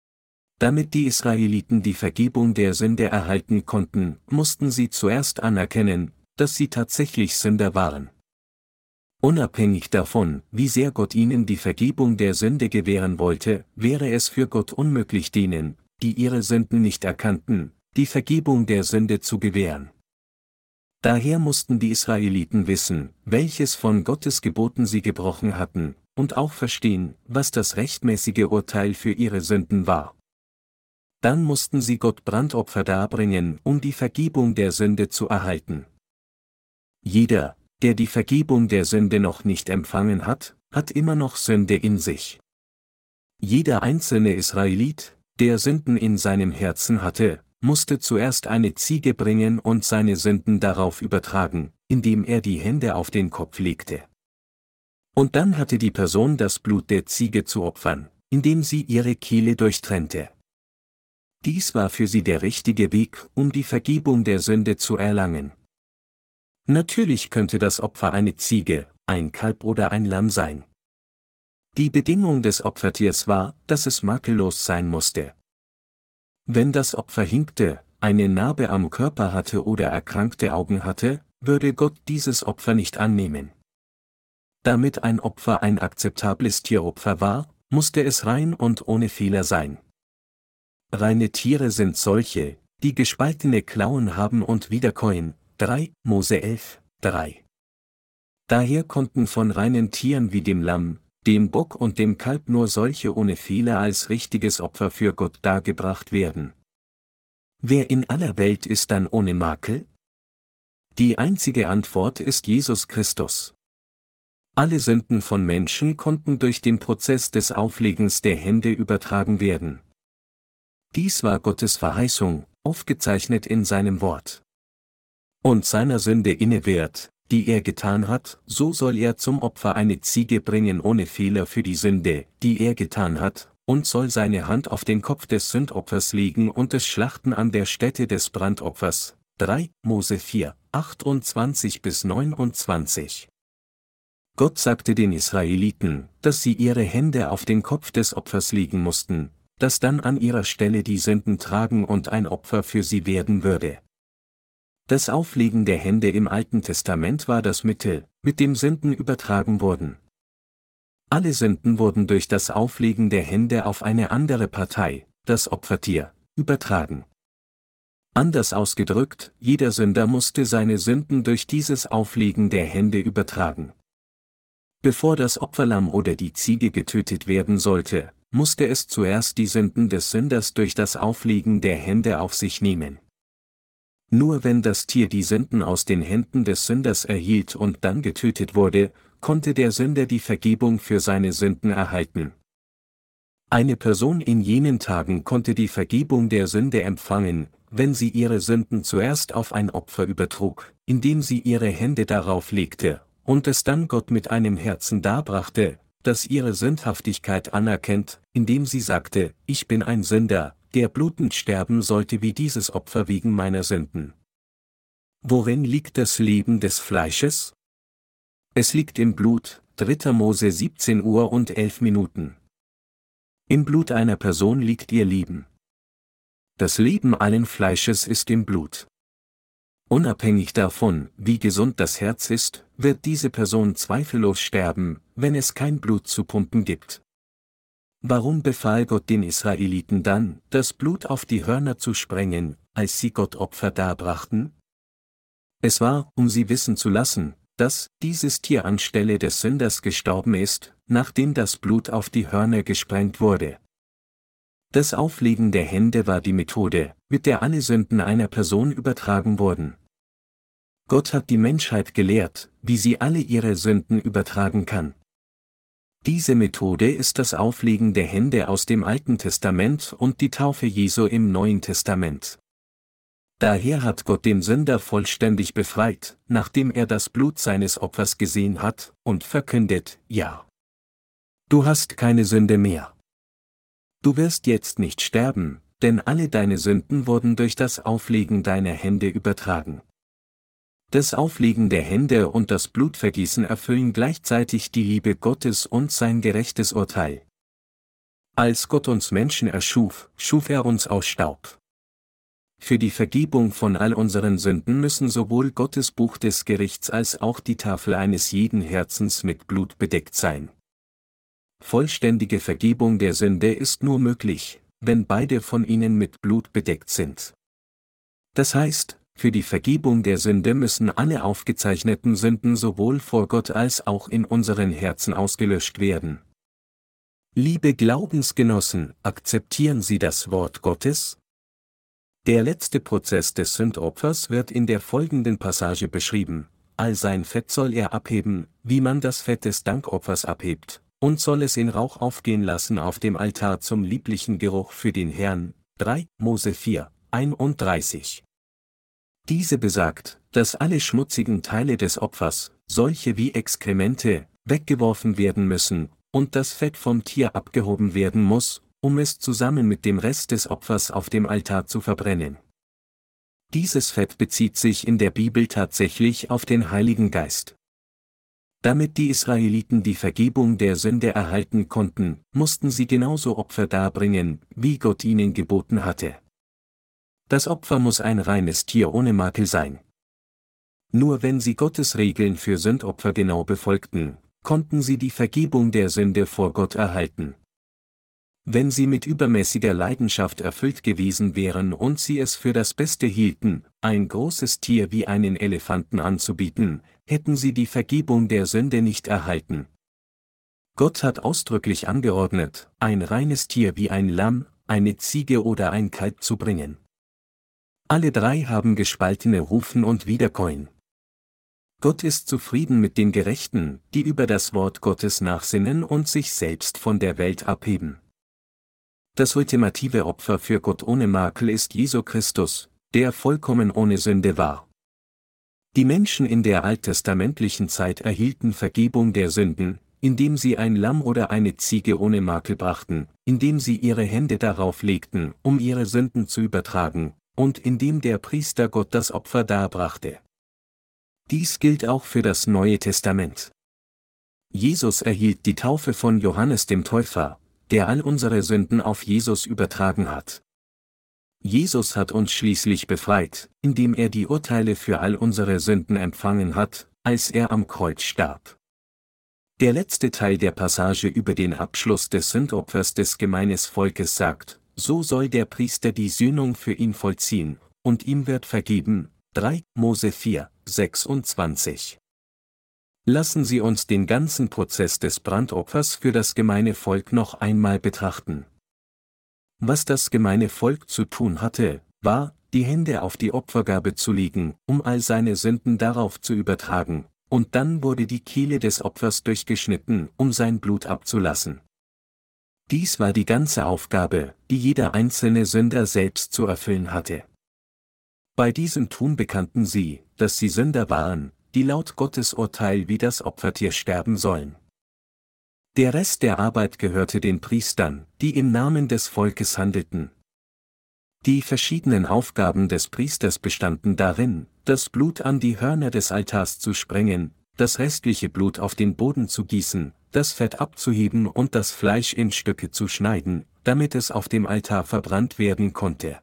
Damit die Israeliten die Vergebung der Sünde erhalten konnten, mussten sie zuerst anerkennen, dass sie tatsächlich Sünder waren. Unabhängig davon, wie sehr Gott ihnen die Vergebung der Sünde gewähren wollte, wäre es für Gott unmöglich denen, die ihre Sünden nicht erkannten, die Vergebung der Sünde zu gewähren. Daher mussten die Israeliten wissen, welches von Gottes Geboten sie gebrochen hatten, und auch verstehen, was das rechtmäßige Urteil für ihre Sünden war. Dann mussten sie Gott Brandopfer darbringen, um die Vergebung der Sünde zu erhalten. Jeder, der die Vergebung der Sünde noch nicht empfangen hat, hat immer noch Sünde in sich. Jeder einzelne Israelit, der Sünden in seinem Herzen hatte, musste zuerst eine Ziege bringen und seine Sünden darauf übertragen, indem er die Hände auf den Kopf legte. Und dann hatte die Person das Blut der Ziege zu opfern, indem sie ihre Kehle durchtrennte. Dies war für sie der richtige Weg, um die Vergebung der Sünde zu erlangen. Natürlich könnte das Opfer eine Ziege, ein Kalb oder ein Lamm sein. Die Bedingung des Opfertiers war, dass es makellos sein musste. Wenn das Opfer hinkte, eine Narbe am Körper hatte oder erkrankte Augen hatte, würde Gott dieses Opfer nicht annehmen. Damit ein Opfer ein akzeptables Tieropfer war, musste es rein und ohne Fehler sein. Reine Tiere sind solche, die gespaltene Klauen haben und wiederkäuen. drei Mose elf, drei. Daher konnten von reinen Tieren wie dem Lamm, dem Bock und dem Kalb nur solche ohne Fehler als richtiges Opfer für Gott dargebracht werden. Wer in aller Welt ist dann ohne Makel? Die einzige Antwort ist Jesus Christus. Alle Sünden von Menschen konnten durch den Prozess des Auflegens der Hände übertragen werden. Dies war Gottes Verheißung, aufgezeichnet in seinem Wort. Und seiner Sünde innewährt, die er getan hat, so soll er zum Opfer eine Ziege bringen ohne Fehler für die Sünde, die er getan hat, und soll seine Hand auf den Kopf des Sündopfers legen und es schlachten an der Stätte des Brandopfers. drei Mose vier, achtundzwanzig bis neunundzwanzig. Gott sagte den Israeliten, dass sie ihre Hände auf den Kopf des Opfers legen mussten, das dann an ihrer Stelle die Sünden tragen und ein Opfer für sie werden würde. Das Auflegen der Hände im Alten Testament war das Mittel, mit dem Sünden übertragen wurden. Alle Sünden wurden durch das Auflegen der Hände auf eine andere Partei, das Opfertier, übertragen. Anders ausgedrückt, jeder Sünder musste seine Sünden durch dieses Auflegen der Hände übertragen. Bevor das Opferlamm oder die Ziege getötet werden sollte, musste es zuerst die Sünden des Sünders durch das Auflegen der Hände auf sich nehmen. Nur wenn das Tier die Sünden aus den Händen des Sünders erhielt und dann getötet wurde, konnte der Sünder die Vergebung für seine Sünden erhalten. Eine Person in jenen Tagen konnte die Vergebung der Sünde empfangen, wenn sie ihre Sünden zuerst auf ein Opfer übertrug, indem sie ihre Hände darauf legte, und es dann Gott mit einem Herzen darbrachte, das ihre Sündhaftigkeit anerkennt, indem sie sagte, ich bin ein Sünder, der blutend sterben sollte wie dieses Opfer wegen meiner Sünden. Worin liegt das Leben des Fleisches? Es liegt im Blut, dritter Mose siebzehn Uhr und elf Minuten. Im Blut einer Person liegt ihr Leben. Das Leben allen Fleisches ist im Blut. Unabhängig davon, wie gesund das Herz ist, wird diese Person zweifellos sterben, wenn es kein Blut zu pumpen gibt. Warum befahl Gott den Israeliten dann, das Blut auf die Hörner zu sprengen, als sie Gott Opfer darbrachten? Es war, um sie wissen zu lassen, dass dieses Tier anstelle des Sünders gestorben ist, nachdem das Blut auf die Hörner gesprengt wurde. Das Auflegen der Hände war die Methode, mit der alle Sünden einer Person übertragen wurden. Gott hat die Menschheit gelehrt, wie sie alle ihre Sünden übertragen kann. Diese Methode ist das Auflegen der Hände aus dem Alten Testament und die Taufe Jesu im Neuen Testament. Daher hat Gott den Sünder vollständig befreit, nachdem er das Blut seines Opfers gesehen hat, und verkündet, ja. Du hast keine Sünde mehr. Du wirst jetzt nicht sterben, denn alle deine Sünden wurden durch das Auflegen deiner Hände übertragen. Das Auflegen der Hände und das Blutvergießen erfüllen gleichzeitig die Liebe Gottes und sein gerechtes Urteil. Als Gott uns Menschen erschuf, schuf er uns aus Staub. Für die Vergebung von all unseren Sünden müssen sowohl Gottes Buch des Gerichts als auch die Tafel eines jeden Herzens mit Blut bedeckt sein. Vollständige Vergebung der Sünde ist nur möglich, wenn beide von ihnen mit Blut bedeckt sind. Das heißt, für die Vergebung der Sünde müssen alle aufgezeichneten Sünden sowohl vor Gott als auch in unseren Herzen ausgelöscht werden. Liebe Glaubensgenossen, akzeptieren Sie das Wort Gottes? Der letzte Prozess des Sündopfers wird in der folgenden Passage beschrieben. All sein Fett soll er abheben, wie man das Fett des Dankopfers abhebt, und soll es in Rauch aufgehen lassen auf dem Altar zum lieblichen Geruch für den Herrn. drei Mose vier einunddreißig. Diese besagt, dass alle schmutzigen Teile des Opfers, solche wie Exkremente, weggeworfen werden müssen, und das Fett vom Tier abgehoben werden muss, um es zusammen mit dem Rest des Opfers auf dem Altar zu verbrennen. Dieses Fett bezieht sich in der Bibel tatsächlich auf den Heiligen Geist. Damit die Israeliten die Vergebung der Sünde erhalten konnten, mussten sie genauso Opfer darbringen, wie Gott ihnen geboten hatte. Das Opfer muss ein reines Tier ohne Makel sein. Nur wenn sie Gottes Regeln für Sündopfer genau befolgten, konnten sie die Vergebung der Sünde vor Gott erhalten. Wenn sie mit übermäßiger Leidenschaft erfüllt gewesen wären und sie es für das Beste hielten, ein großes Tier wie einen Elefanten anzubieten, hätten sie die Vergebung der Sünde nicht erhalten. Gott hat ausdrücklich angeordnet, ein reines Tier wie ein Lamm, eine Ziege oder ein Kalb zu bringen. Alle drei haben gespaltene Hufen und Widerkeulen. Gott ist zufrieden mit den Gerechten, die über das Wort Gottes nachsinnen und sich selbst von der Welt abheben. Das ultimative Opfer für Gott ohne Makel ist Jesu Christus, der vollkommen ohne Sünde war. Die Menschen in der alttestamentlichen Zeit erhielten Vergebung der Sünden, indem sie ein Lamm oder eine Ziege ohne Makel brachten, indem sie ihre Hände darauf legten, um ihre Sünden zu übertragen, und indem der Priester Gott das Opfer darbrachte. Dies gilt auch für das Neue Testament. Jesus erhielt die Taufe von Johannes dem Täufer, der all unsere Sünden auf Jesus übertragen hat. Jesus hat uns schließlich befreit, indem er die Urteile für all unsere Sünden empfangen hat, als er am Kreuz starb. Der letzte Teil der Passage über den Abschluss des Sündopfers des gemeines Volkes sagt, so soll der Priester die Sühnung für ihn vollziehen, und ihm wird vergeben. drei Mose vier sechsundzwanzig. Lassen Sie uns den ganzen Prozess des Brandopfers für das gemeine Volk noch einmal betrachten. Was das gemeine Volk zu tun hatte, war, die Hände auf die Opfergabe zu legen, um all seine Sünden darauf zu übertragen, und dann wurde die Kehle des Opfers durchgeschnitten, um sein Blut abzulassen. Dies war die ganze Aufgabe, die jeder einzelne Sünder selbst zu erfüllen hatte. Bei diesem Tun bekannten sie, dass sie Sünder waren, die laut Gottes Urteil wie das Opfertier sterben sollen. Der Rest der Arbeit gehörte den Priestern, die im Namen des Volkes handelten. Die verschiedenen Aufgaben des Priesters bestanden darin, das Blut an die Hörner des Altars zu sprengen, das restliche Blut auf den Boden zu gießen, das Fett abzuheben und das Fleisch in Stücke zu schneiden, damit es auf dem Altar verbrannt werden konnte.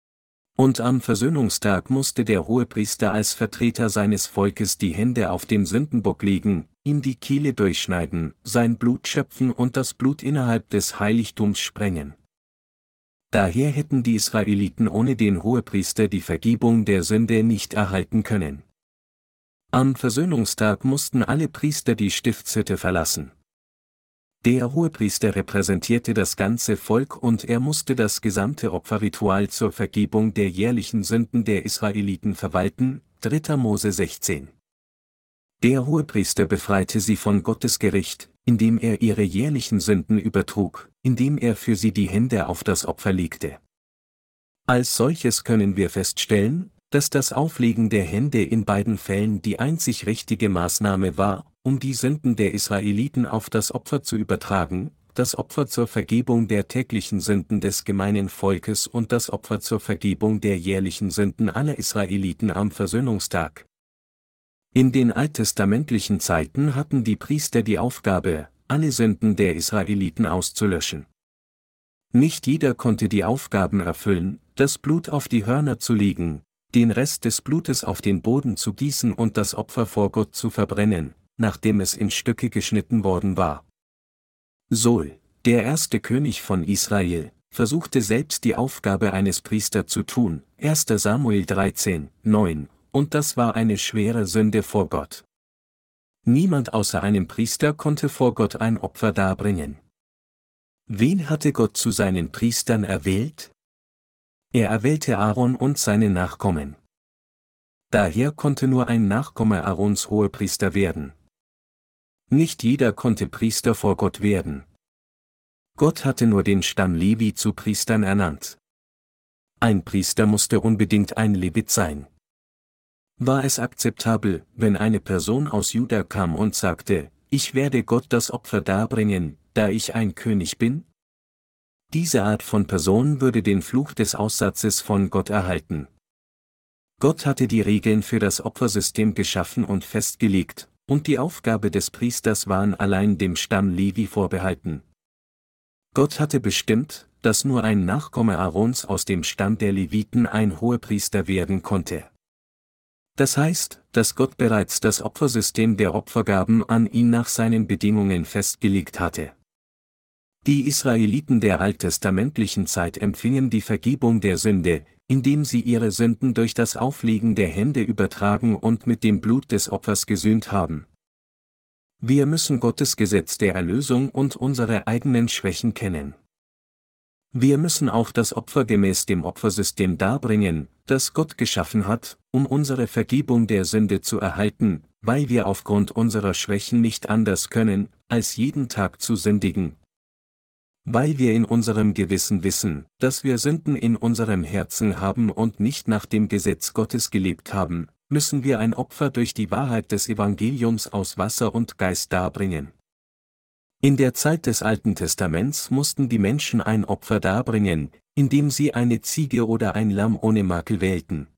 Und am Versöhnungstag musste der Hohepriester als Vertreter seines Volkes die Hände auf den Sündenbock legen, ihm die Kehle durchschneiden, sein Blut schöpfen und das Blut innerhalb des Heiligtums sprengen. Daher hätten die Israeliten ohne den Hohepriester die Vergebung der Sünde nicht erhalten können. Am Versöhnungstag mussten alle Priester die Stiftshütte verlassen. Der Hohepriester repräsentierte das ganze Volk und er musste das gesamte Opferritual zur Vergebung der jährlichen Sünden der Israeliten verwalten, dritter Mose sechzehn. Der Hohepriester befreite sie von Gottes Gericht, indem er ihre jährlichen Sünden übertrug, indem er für sie die Hände auf das Opfer legte. Als solches können wir feststellen, dass das Auflegen der Hände in beiden Fällen die einzig richtige Maßnahme war, um die Sünden der Israeliten auf das Opfer zu übertragen, das Opfer zur Vergebung der täglichen Sünden des gemeinen Volkes und das Opfer zur Vergebung der jährlichen Sünden aller Israeliten am Versöhnungstag. In den alttestamentlichen Zeiten hatten die Priester die Aufgabe, alle Sünden der Israeliten auszulöschen. Nicht jeder konnte die Aufgaben erfüllen, das Blut auf die Hörner zu legen, den Rest des Blutes auf den Boden zu gießen und das Opfer vor Gott zu verbrennen, nachdem es in Stücke geschnitten worden war. Saul, der erste König von Israel, versuchte selbst die Aufgabe eines Priesters zu tun, erster Samuel dreizehn, neun, und das war eine schwere Sünde vor Gott. Niemand außer einem Priester konnte vor Gott ein Opfer darbringen. Wen hatte Gott zu seinen Priestern erwählt? Er erwählte Aaron und seine Nachkommen. Daher konnte nur ein Nachkomme Aarons Hohepriester werden. Nicht jeder konnte Priester vor Gott werden. Gott hatte nur den Stamm Levi zu Priestern ernannt. Ein Priester musste unbedingt ein Levit sein. War es akzeptabel, wenn eine Person aus Juda kam und sagte, ich werde Gott das Opfer darbringen, da ich ein König bin? Diese Art von Person würde den Fluch des Aussatzes von Gott erhalten. Gott hatte die Regeln für das Opfersystem geschaffen und festgelegt, und die Aufgabe des Priesters waren allein dem Stamm Levi vorbehalten. Gott hatte bestimmt, dass nur ein Nachkomme Aarons aus dem Stamm der Leviten ein Hohepriester werden konnte. Das heißt, dass Gott bereits das Opfersystem der Opfergaben an ihn nach seinen Bedingungen festgelegt hatte. Die Israeliten der alttestamentlichen Zeit empfingen die Vergebung der Sünde, indem sie ihre Sünden durch das Auflegen der Hände übertragen und mit dem Blut des Opfers gesühnt haben. Wir müssen Gottes Gesetz der Erlösung und unsere eigenen Schwächen kennen. Wir müssen auch das Opfer gemäß dem Opfersystem darbringen, das Gott geschaffen hat, um unsere Vergebung der Sünde zu erhalten, weil wir aufgrund unserer Schwächen nicht anders können, als jeden Tag zu sündigen. Weil wir in unserem Gewissen wissen, dass wir Sünden in unserem Herzen haben und nicht nach dem Gesetz Gottes gelebt haben, müssen wir ein Opfer durch die Wahrheit des Evangeliums aus Wasser und Geist darbringen. In der Zeit des Alten Testaments mussten die Menschen ein Opfer darbringen, indem sie eine Ziege oder ein Lamm ohne Makel wählten.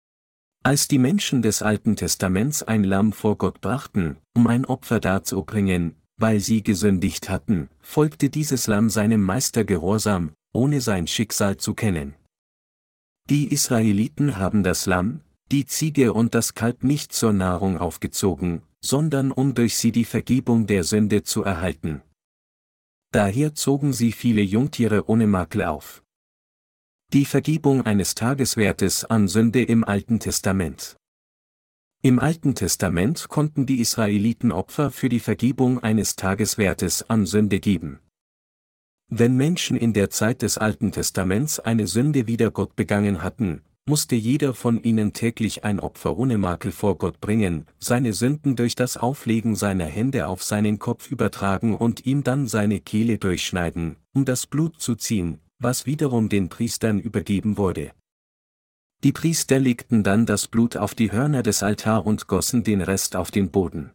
Als die Menschen des Alten Testaments ein Lamm vor Gott brachten, um ein Opfer darzubringen, weil sie gesündigt hatten, folgte dieses Lamm seinem Meister gehorsam, ohne sein Schicksal zu kennen. Die Israeliten haben das Lamm, die Ziege und das Kalb nicht zur Nahrung aufgezogen, sondern um durch sie die Vergebung der Sünde zu erhalten. Daher zogen sie viele Jungtiere ohne Makel auf. Die Vergebung eines Tageswertes an Sünde im Alten Testament. Im Alten Testament konnten die Israeliten Opfer für die Vergebung eines Tageswertes an Sünde geben. Wenn Menschen in der Zeit des Alten Testaments eine Sünde wider Gott begangen hatten, musste jeder von ihnen täglich ein Opfer ohne Makel vor Gott bringen, seine Sünden durch das Auflegen seiner Hände auf seinen Kopf übertragen und ihm dann seine Kehle durchschneiden, um das Blut zu ziehen, was wiederum den Priestern übergeben wurde. Die Priester legten dann das Blut auf die Hörner des Altars und gossen den Rest auf den Boden.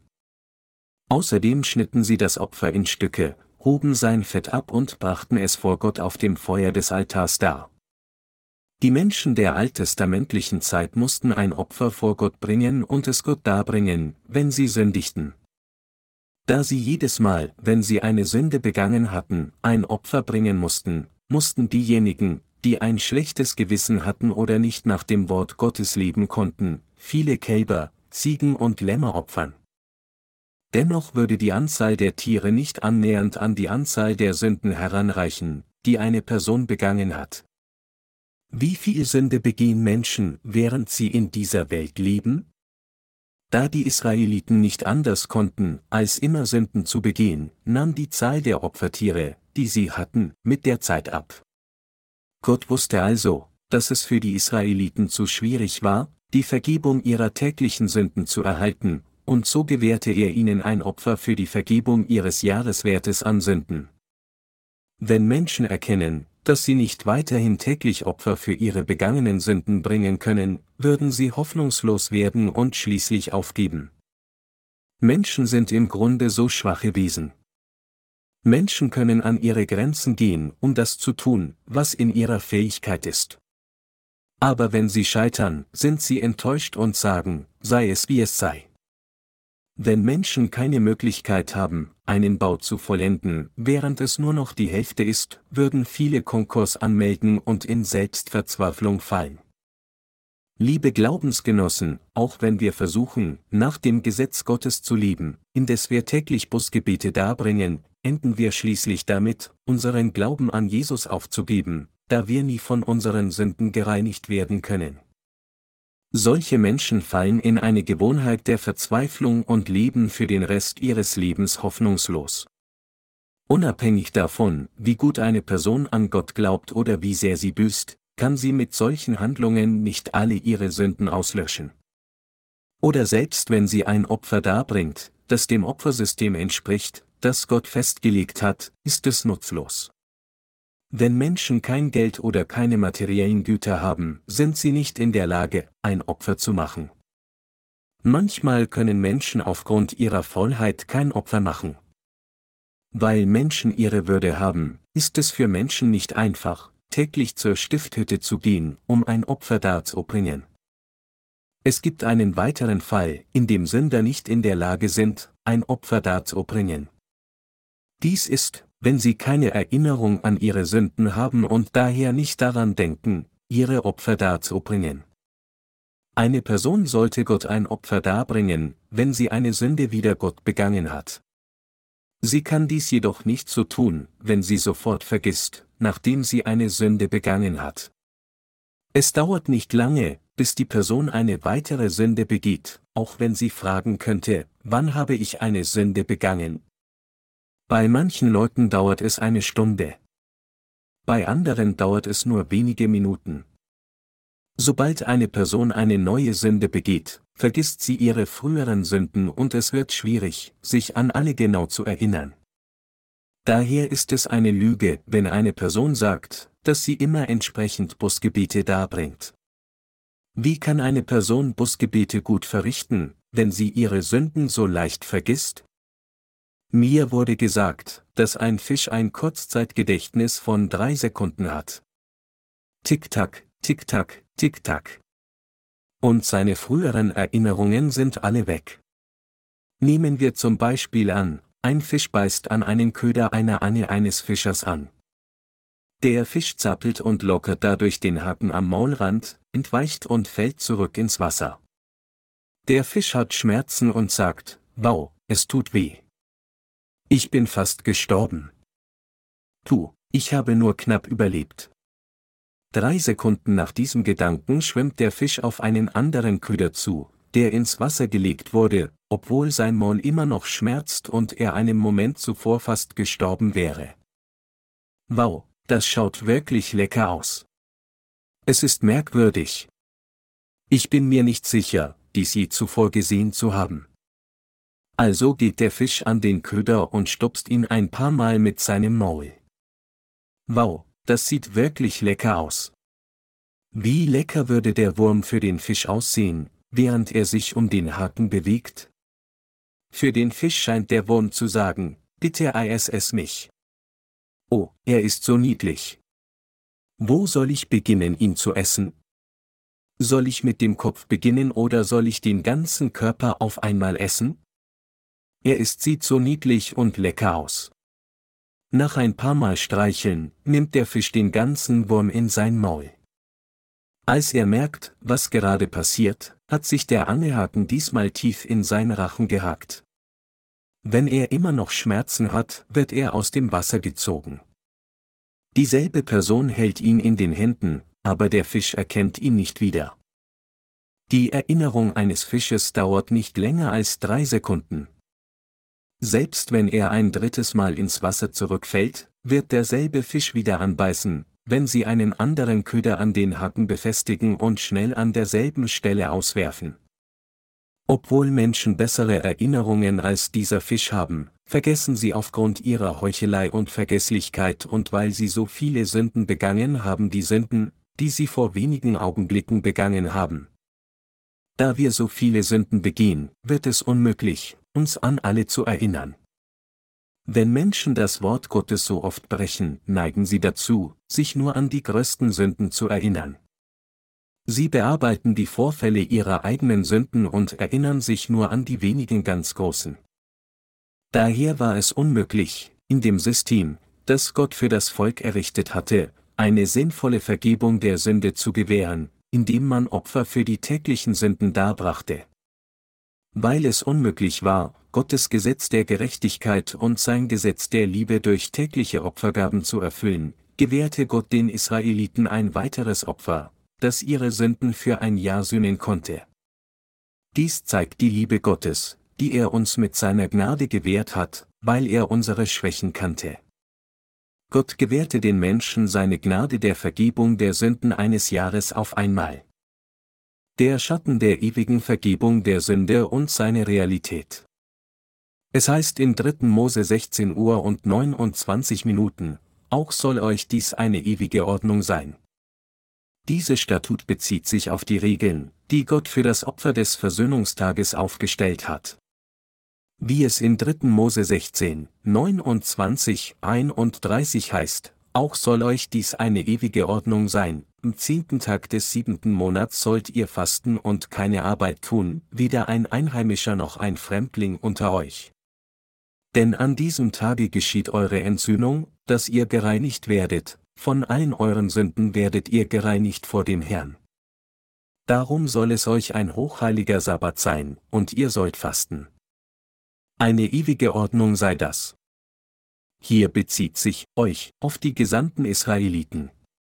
Außerdem schnitten sie das Opfer in Stücke, hoben sein Fett ab und brachten es vor Gott auf dem Feuer des Altars dar. Die Menschen der alttestamentlichen Zeit mussten ein Opfer vor Gott bringen und es Gott darbringen, wenn sie sündigten. Da sie jedes Mal, wenn sie eine Sünde begangen hatten, ein Opfer bringen mussten, mussten diejenigen, die ein schlechtes Gewissen hatten oder nicht nach dem Wort Gottes leben konnten, viele Kälber, Ziegen und Lämmer opfern. Dennoch würde die Anzahl der Tiere nicht annähernd an die Anzahl der Sünden heranreichen, die eine Person begangen hat. Wie viel Sünde begehen Menschen, während sie in dieser Welt leben? Da die Israeliten nicht anders konnten, als immer Sünden zu begehen, nahm die Zahl der Opfertiere, die sie hatten, mit der Zeit ab. Gott wusste also, dass es für die Israeliten zu schwierig war, die Vergebung ihrer täglichen Sünden zu erhalten, und so gewährte er ihnen ein Opfer für die Vergebung ihres Jahreswertes an Sünden. Wenn Menschen erkennen, dass sie nicht weiterhin täglich Opfer für ihre begangenen Sünden bringen können, würden sie hoffnungslos werden und schließlich aufgeben. Menschen sind im Grunde so schwache Wesen. Menschen können an ihre Grenzen gehen, um das zu tun, was in ihrer Fähigkeit ist. Aber wenn sie scheitern, sind sie enttäuscht und sagen, sei es wie es sei. Wenn Menschen keine Möglichkeit haben, einen Bau zu vollenden, während es nur noch die Hälfte ist, würden viele Konkurs anmelden und in Selbstverzweiflung fallen. Liebe Glaubensgenossen, auch wenn wir versuchen, nach dem Gesetz Gottes zu leben, indes wir täglich Bußgebete darbringen, enden wir schließlich damit, unseren Glauben an Jesus aufzugeben, da wir nie von unseren Sünden gereinigt werden können. Solche Menschen fallen in eine Gewohnheit der Verzweiflung und leben für den Rest ihres Lebens hoffnungslos. Unabhängig davon, wie gut eine Person an Gott glaubt oder wie sehr sie büßt, kann sie mit solchen Handlungen nicht alle ihre Sünden auslöschen. Oder selbst wenn sie ein Opfer darbringt, das dem Opfersystem entspricht, das Gott festgelegt hat, ist es nutzlos. Wenn Menschen kein Geld oder keine materiellen Güter haben, sind sie nicht in der Lage, ein Opfer zu machen. Manchmal können Menschen aufgrund ihrer Faulheit kein Opfer machen. Weil Menschen ihre Würde haben, ist es für Menschen nicht einfach, täglich zur Stifthütte zu gehen, um ein Opfer darzubringen. Es gibt einen weiteren Fall, in dem Sünder nicht in der Lage sind, ein Opfer darzubringen. Dies ist, wenn sie keine Erinnerung an ihre Sünden haben und daher nicht daran denken, ihre Opfer darzubringen. Eine Person sollte Gott ein Opfer darbringen, wenn sie eine Sünde wider Gott begangen hat. Sie kann dies jedoch nicht so tun, wenn sie sofort vergisst, nachdem sie eine Sünde begangen hat. Es dauert nicht lange, bis die Person eine weitere Sünde begeht, auch wenn sie fragen könnte, wann habe ich eine Sünde begangen? Bei manchen Leuten dauert es eine Stunde. Bei anderen dauert es nur wenige Minuten. Sobald eine Person eine neue Sünde begeht, vergisst sie ihre früheren Sünden und es wird schwierig, sich an alle genau zu erinnern. Daher ist es eine Lüge, wenn eine Person sagt, dass sie immer entsprechend Bußgebete darbringt. Wie kann eine Person Bußgebete gut verrichten, wenn sie ihre Sünden so leicht vergisst? Mir wurde gesagt, dass ein Fisch ein Kurzzeitgedächtnis von drei Sekunden hat. Tick-Tack, Tick-Tack, Tick-Tack. Und seine früheren Erinnerungen sind alle weg. Nehmen wir zum Beispiel an, ein Fisch beißt an einen Köder einer Angel eines Fischers an. Der Fisch zappelt und lockert dadurch den Haken am Maulrand, entweicht und fällt zurück ins Wasser. Der Fisch hat Schmerzen und sagt, wow, es tut weh. Ich bin fast gestorben. Tu, ich habe nur knapp überlebt. Drei Sekunden nach diesem Gedanken schwimmt der Fisch auf einen anderen Köder zu, der ins Wasser gelegt wurde, obwohl sein Maul immer noch schmerzt und er einen Moment zuvor fast gestorben wäre. Wow, das schaut wirklich lecker aus. Es ist merkwürdig. Ich bin mir nicht sicher, dies je zuvor gesehen zu haben. Also geht der Fisch an den Köder und stupst ihn ein paar Mal mit seinem Maul. Wow, das sieht wirklich lecker aus. Wie lecker würde der Wurm für den Fisch aussehen, während er sich um den Haken bewegt? Für den Fisch scheint der Wurm zu sagen, bitte iss es mich. Oh, er ist so niedlich. Wo soll ich beginnen, ihn zu essen? Soll ich mit dem Kopf beginnen oder soll ich den ganzen Körper auf einmal essen? Er ist sieht so niedlich und lecker aus. Nach ein paar Mal streicheln, nimmt der Fisch den ganzen Wurm in sein Maul. Als er merkt, was gerade passiert, hat sich der Angelhaken diesmal tief in seinen Rachen gehakt. Wenn er immer noch Schmerzen hat, wird er aus dem Wasser gezogen. Dieselbe Person hält ihn in den Händen, aber der Fisch erkennt ihn nicht wieder. Die Erinnerung eines Fisches dauert nicht länger als drei Sekunden. Selbst wenn er ein drittes Mal ins Wasser zurückfällt, wird derselbe Fisch wieder anbeißen, wenn Sie einen anderen Köder an den Haken befestigen und schnell an derselben Stelle auswerfen. Obwohl Menschen bessere Erinnerungen als dieser Fisch haben, vergessen sie aufgrund ihrer Heuchelei und Vergesslichkeit und weil sie so viele Sünden begangen haben, die Sünden, die sie vor wenigen Augenblicken begangen haben. Da wir so viele Sünden begehen, wird es unmöglich, uns an alle zu erinnern. Wenn Menschen das Wort Gottes so oft brechen, neigen sie dazu, sich nur an die größten Sünden zu erinnern. Sie bearbeiten die Vorfälle ihrer eigenen Sünden und erinnern sich nur an die wenigen ganz großen. Daher war es unmöglich, in dem System, das Gott für das Volk errichtet hatte, eine sinnvolle Vergebung der Sünde zu gewähren, indem man Opfer für die täglichen Sünden darbrachte. Weil es unmöglich war, Gottes Gesetz der Gerechtigkeit und sein Gesetz der Liebe durch tägliche Opfergaben zu erfüllen, gewährte Gott den Israeliten ein weiteres Opfer, das ihre Sünden für ein Jahr sühnen konnte. Dies zeigt die Liebe Gottes, die er uns mit seiner Gnade gewährt hat, weil er unsere Schwächen kannte. Gott gewährte den Menschen seine Gnade der Vergebung der Sünden eines Jahres auf einmal. Der Schatten der ewigen Vergebung der Sünde und seine Realität. Es heißt in dritten Mose sechzehn Uhr und neunundzwanzig Minuten, auch soll euch dies eine ewige Ordnung sein. Diese Statut bezieht sich auf die Regeln, die Gott für das Opfer des Versöhnungstages aufgestellt hat. Wie es in dritten Mose sechzehn, neunundzwanzig, einunddreißig heißt, auch soll euch dies eine ewige Ordnung sein, am zehnten Tag des siebenten Monats sollt ihr fasten und keine Arbeit tun, weder ein Einheimischer noch ein Fremdling unter euch. Denn an diesem Tage geschieht eure Entsühnung, dass ihr gereinigt werdet, von allen euren Sünden werdet ihr gereinigt vor dem Herrn. Darum soll es euch ein hochheiliger Sabbat sein, und ihr sollt fasten. Eine ewige Ordnung sei das. Hier bezieht sich, euch, auf die gesandten Israeliten.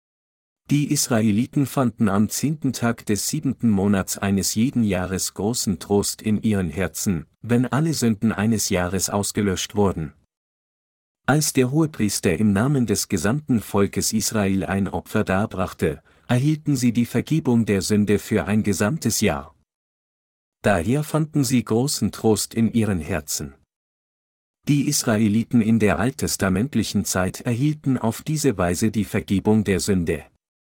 Die Israeliten fanden am zehnten Tag des siebenten Monats eines jeden Jahres großen Trost in ihren Herzen, wenn alle Sünden eines Jahres ausgelöscht wurden. Als der Hohepriester im Namen des gesamten Volkes Israel ein Opfer darbrachte, erhielten sie die Vergebung der Sünde für ein gesamtes Jahr. Daher fanden sie großen Trost in ihren Herzen. Die Israeliten in der alttestamentlichen Zeit erhielten auf diese Weise die Vergebung der Sünde.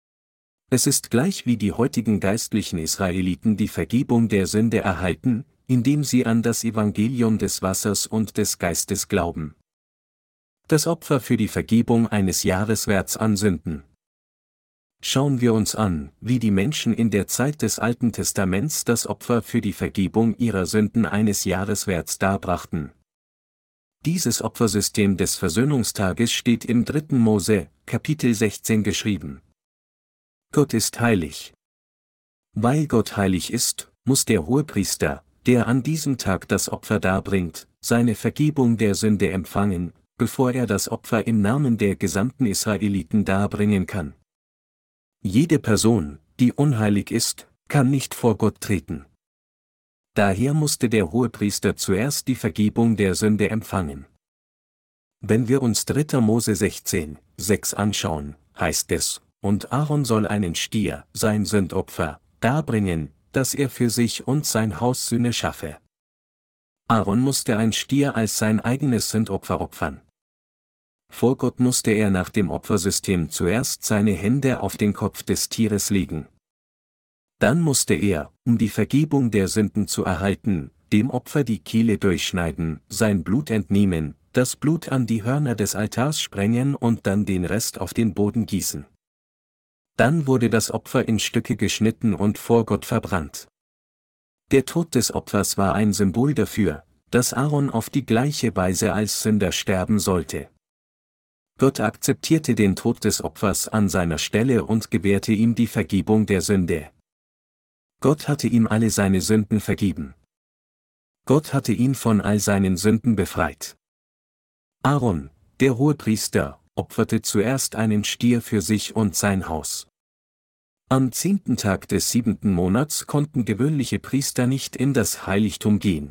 Es ist gleich wie die heutigen geistlichen Israeliten die Vergebung der Sünde erhalten, indem sie an das Evangelium des Wassers und des Geistes glauben. Das Opfer für die Vergebung eines Jahreswerts an Sünden. Schauen wir uns an, wie die Menschen in der Zeit des Alten Testaments das Opfer für die Vergebung ihrer Sünden eines Jahreswerts darbrachten. Dieses Opfersystem des Versöhnungstages steht im dritten Mose, Kapitel sechzehn geschrieben. Gott ist heilig. Weil Gott heilig ist, muss der Hohepriester, der an diesem Tag das Opfer darbringt, seine Vergebung der Sünde empfangen, bevor er das Opfer im Namen der gesamten Israeliten darbringen kann. Jede Person, die unheilig ist, kann nicht vor Gott treten. Daher musste der Hohepriester zuerst die Vergebung der Sünde empfangen. Wenn wir uns dritter Mose sechzehn, sechs anschauen, heißt es, und Aaron soll einen Stier, sein Sündopfer, darbringen, dass er für sich und sein Haus Sühne schaffe. Aaron musste ein Stier als sein eigenes Sündopfer opfern. Vor Gott musste er nach dem Opfersystem zuerst seine Hände auf den Kopf des Tieres legen. Dann musste er, um die Vergebung der Sünden zu erhalten, dem Opfer die Kehle durchschneiden, sein Blut entnehmen, das Blut an die Hörner des Altars sprengen und dann den Rest auf den Boden gießen. Dann wurde das Opfer in Stücke geschnitten und vor Gott verbrannt. Der Tod des Opfers war ein Symbol dafür, dass Aaron auf die gleiche Weise als Sünder sterben sollte. Gott akzeptierte den Tod des Opfers an seiner Stelle und gewährte ihm die Vergebung der Sünde. Gott hatte ihm alle seine Sünden vergeben. Gott hatte ihn von all seinen Sünden befreit. Aaron, der Hohepriester, opferte zuerst einen Stier für sich und sein Haus. Am zehnten Tag des siebenten Monats konnten gewöhnliche Priester nicht in das Heiligtum gehen.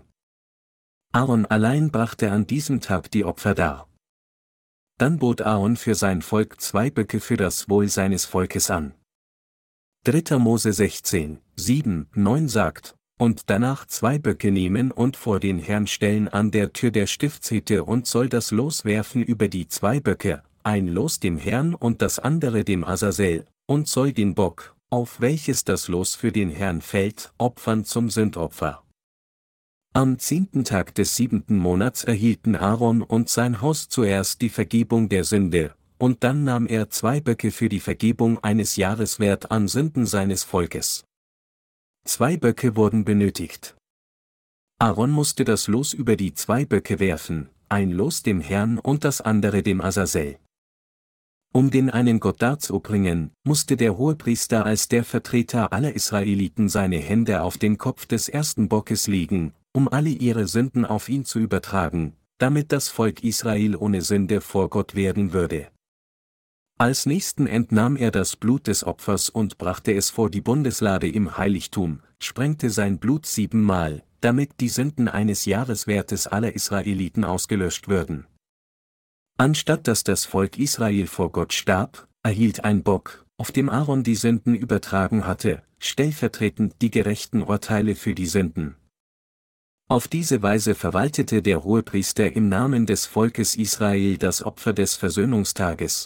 Aaron allein brachte an diesem Tag die Opfer dar. Dann bot Aaron für sein Volk zwei Böcke für das Wohl seines Volkes an. dritter Mose sechzehn, sieben, neun sagt, und danach zwei Böcke nehmen und vor den Herrn stellen an der Tür der Stiftshütte und soll das Los werfen über die zwei Böcke, ein Los dem Herrn und das andere dem Azazel, und soll den Bock, auf welches das Los für den Herrn fällt, opfern zum Sündopfer. Am zehnten Tag des siebenten Monats erhielten Aaron und sein Haus zuerst die Vergebung der Sünde, und dann nahm er zwei Böcke für die Vergebung eines Jahreswert an Sünden seines Volkes. Zwei Böcke wurden benötigt. Aaron musste das Los über die zwei Böcke werfen, ein Los dem Herrn und das andere dem Azazel. Um den einen Gott darzubringen, musste der Hohepriester als der Vertreter aller Israeliten seine Hände auf den Kopf des ersten Bockes legen, um alle ihre Sünden auf ihn zu übertragen, damit das Volk Israel ohne Sünde vor Gott werden würde. Als nächsten entnahm er das Blut des Opfers und brachte es vor die Bundeslade im Heiligtum, sprengte sein Blut siebenmal, damit die Sünden eines Jahreswertes aller Israeliten ausgelöscht würden. Anstatt dass das Volk Israel vor Gott starb, erhielt ein Bock, auf dem Aaron die Sünden übertragen hatte, stellvertretend die gerechten Urteile für die Sünden. Auf diese Weise verwaltete der Hohepriester im Namen des Volkes Israel das Opfer des Versöhnungstages.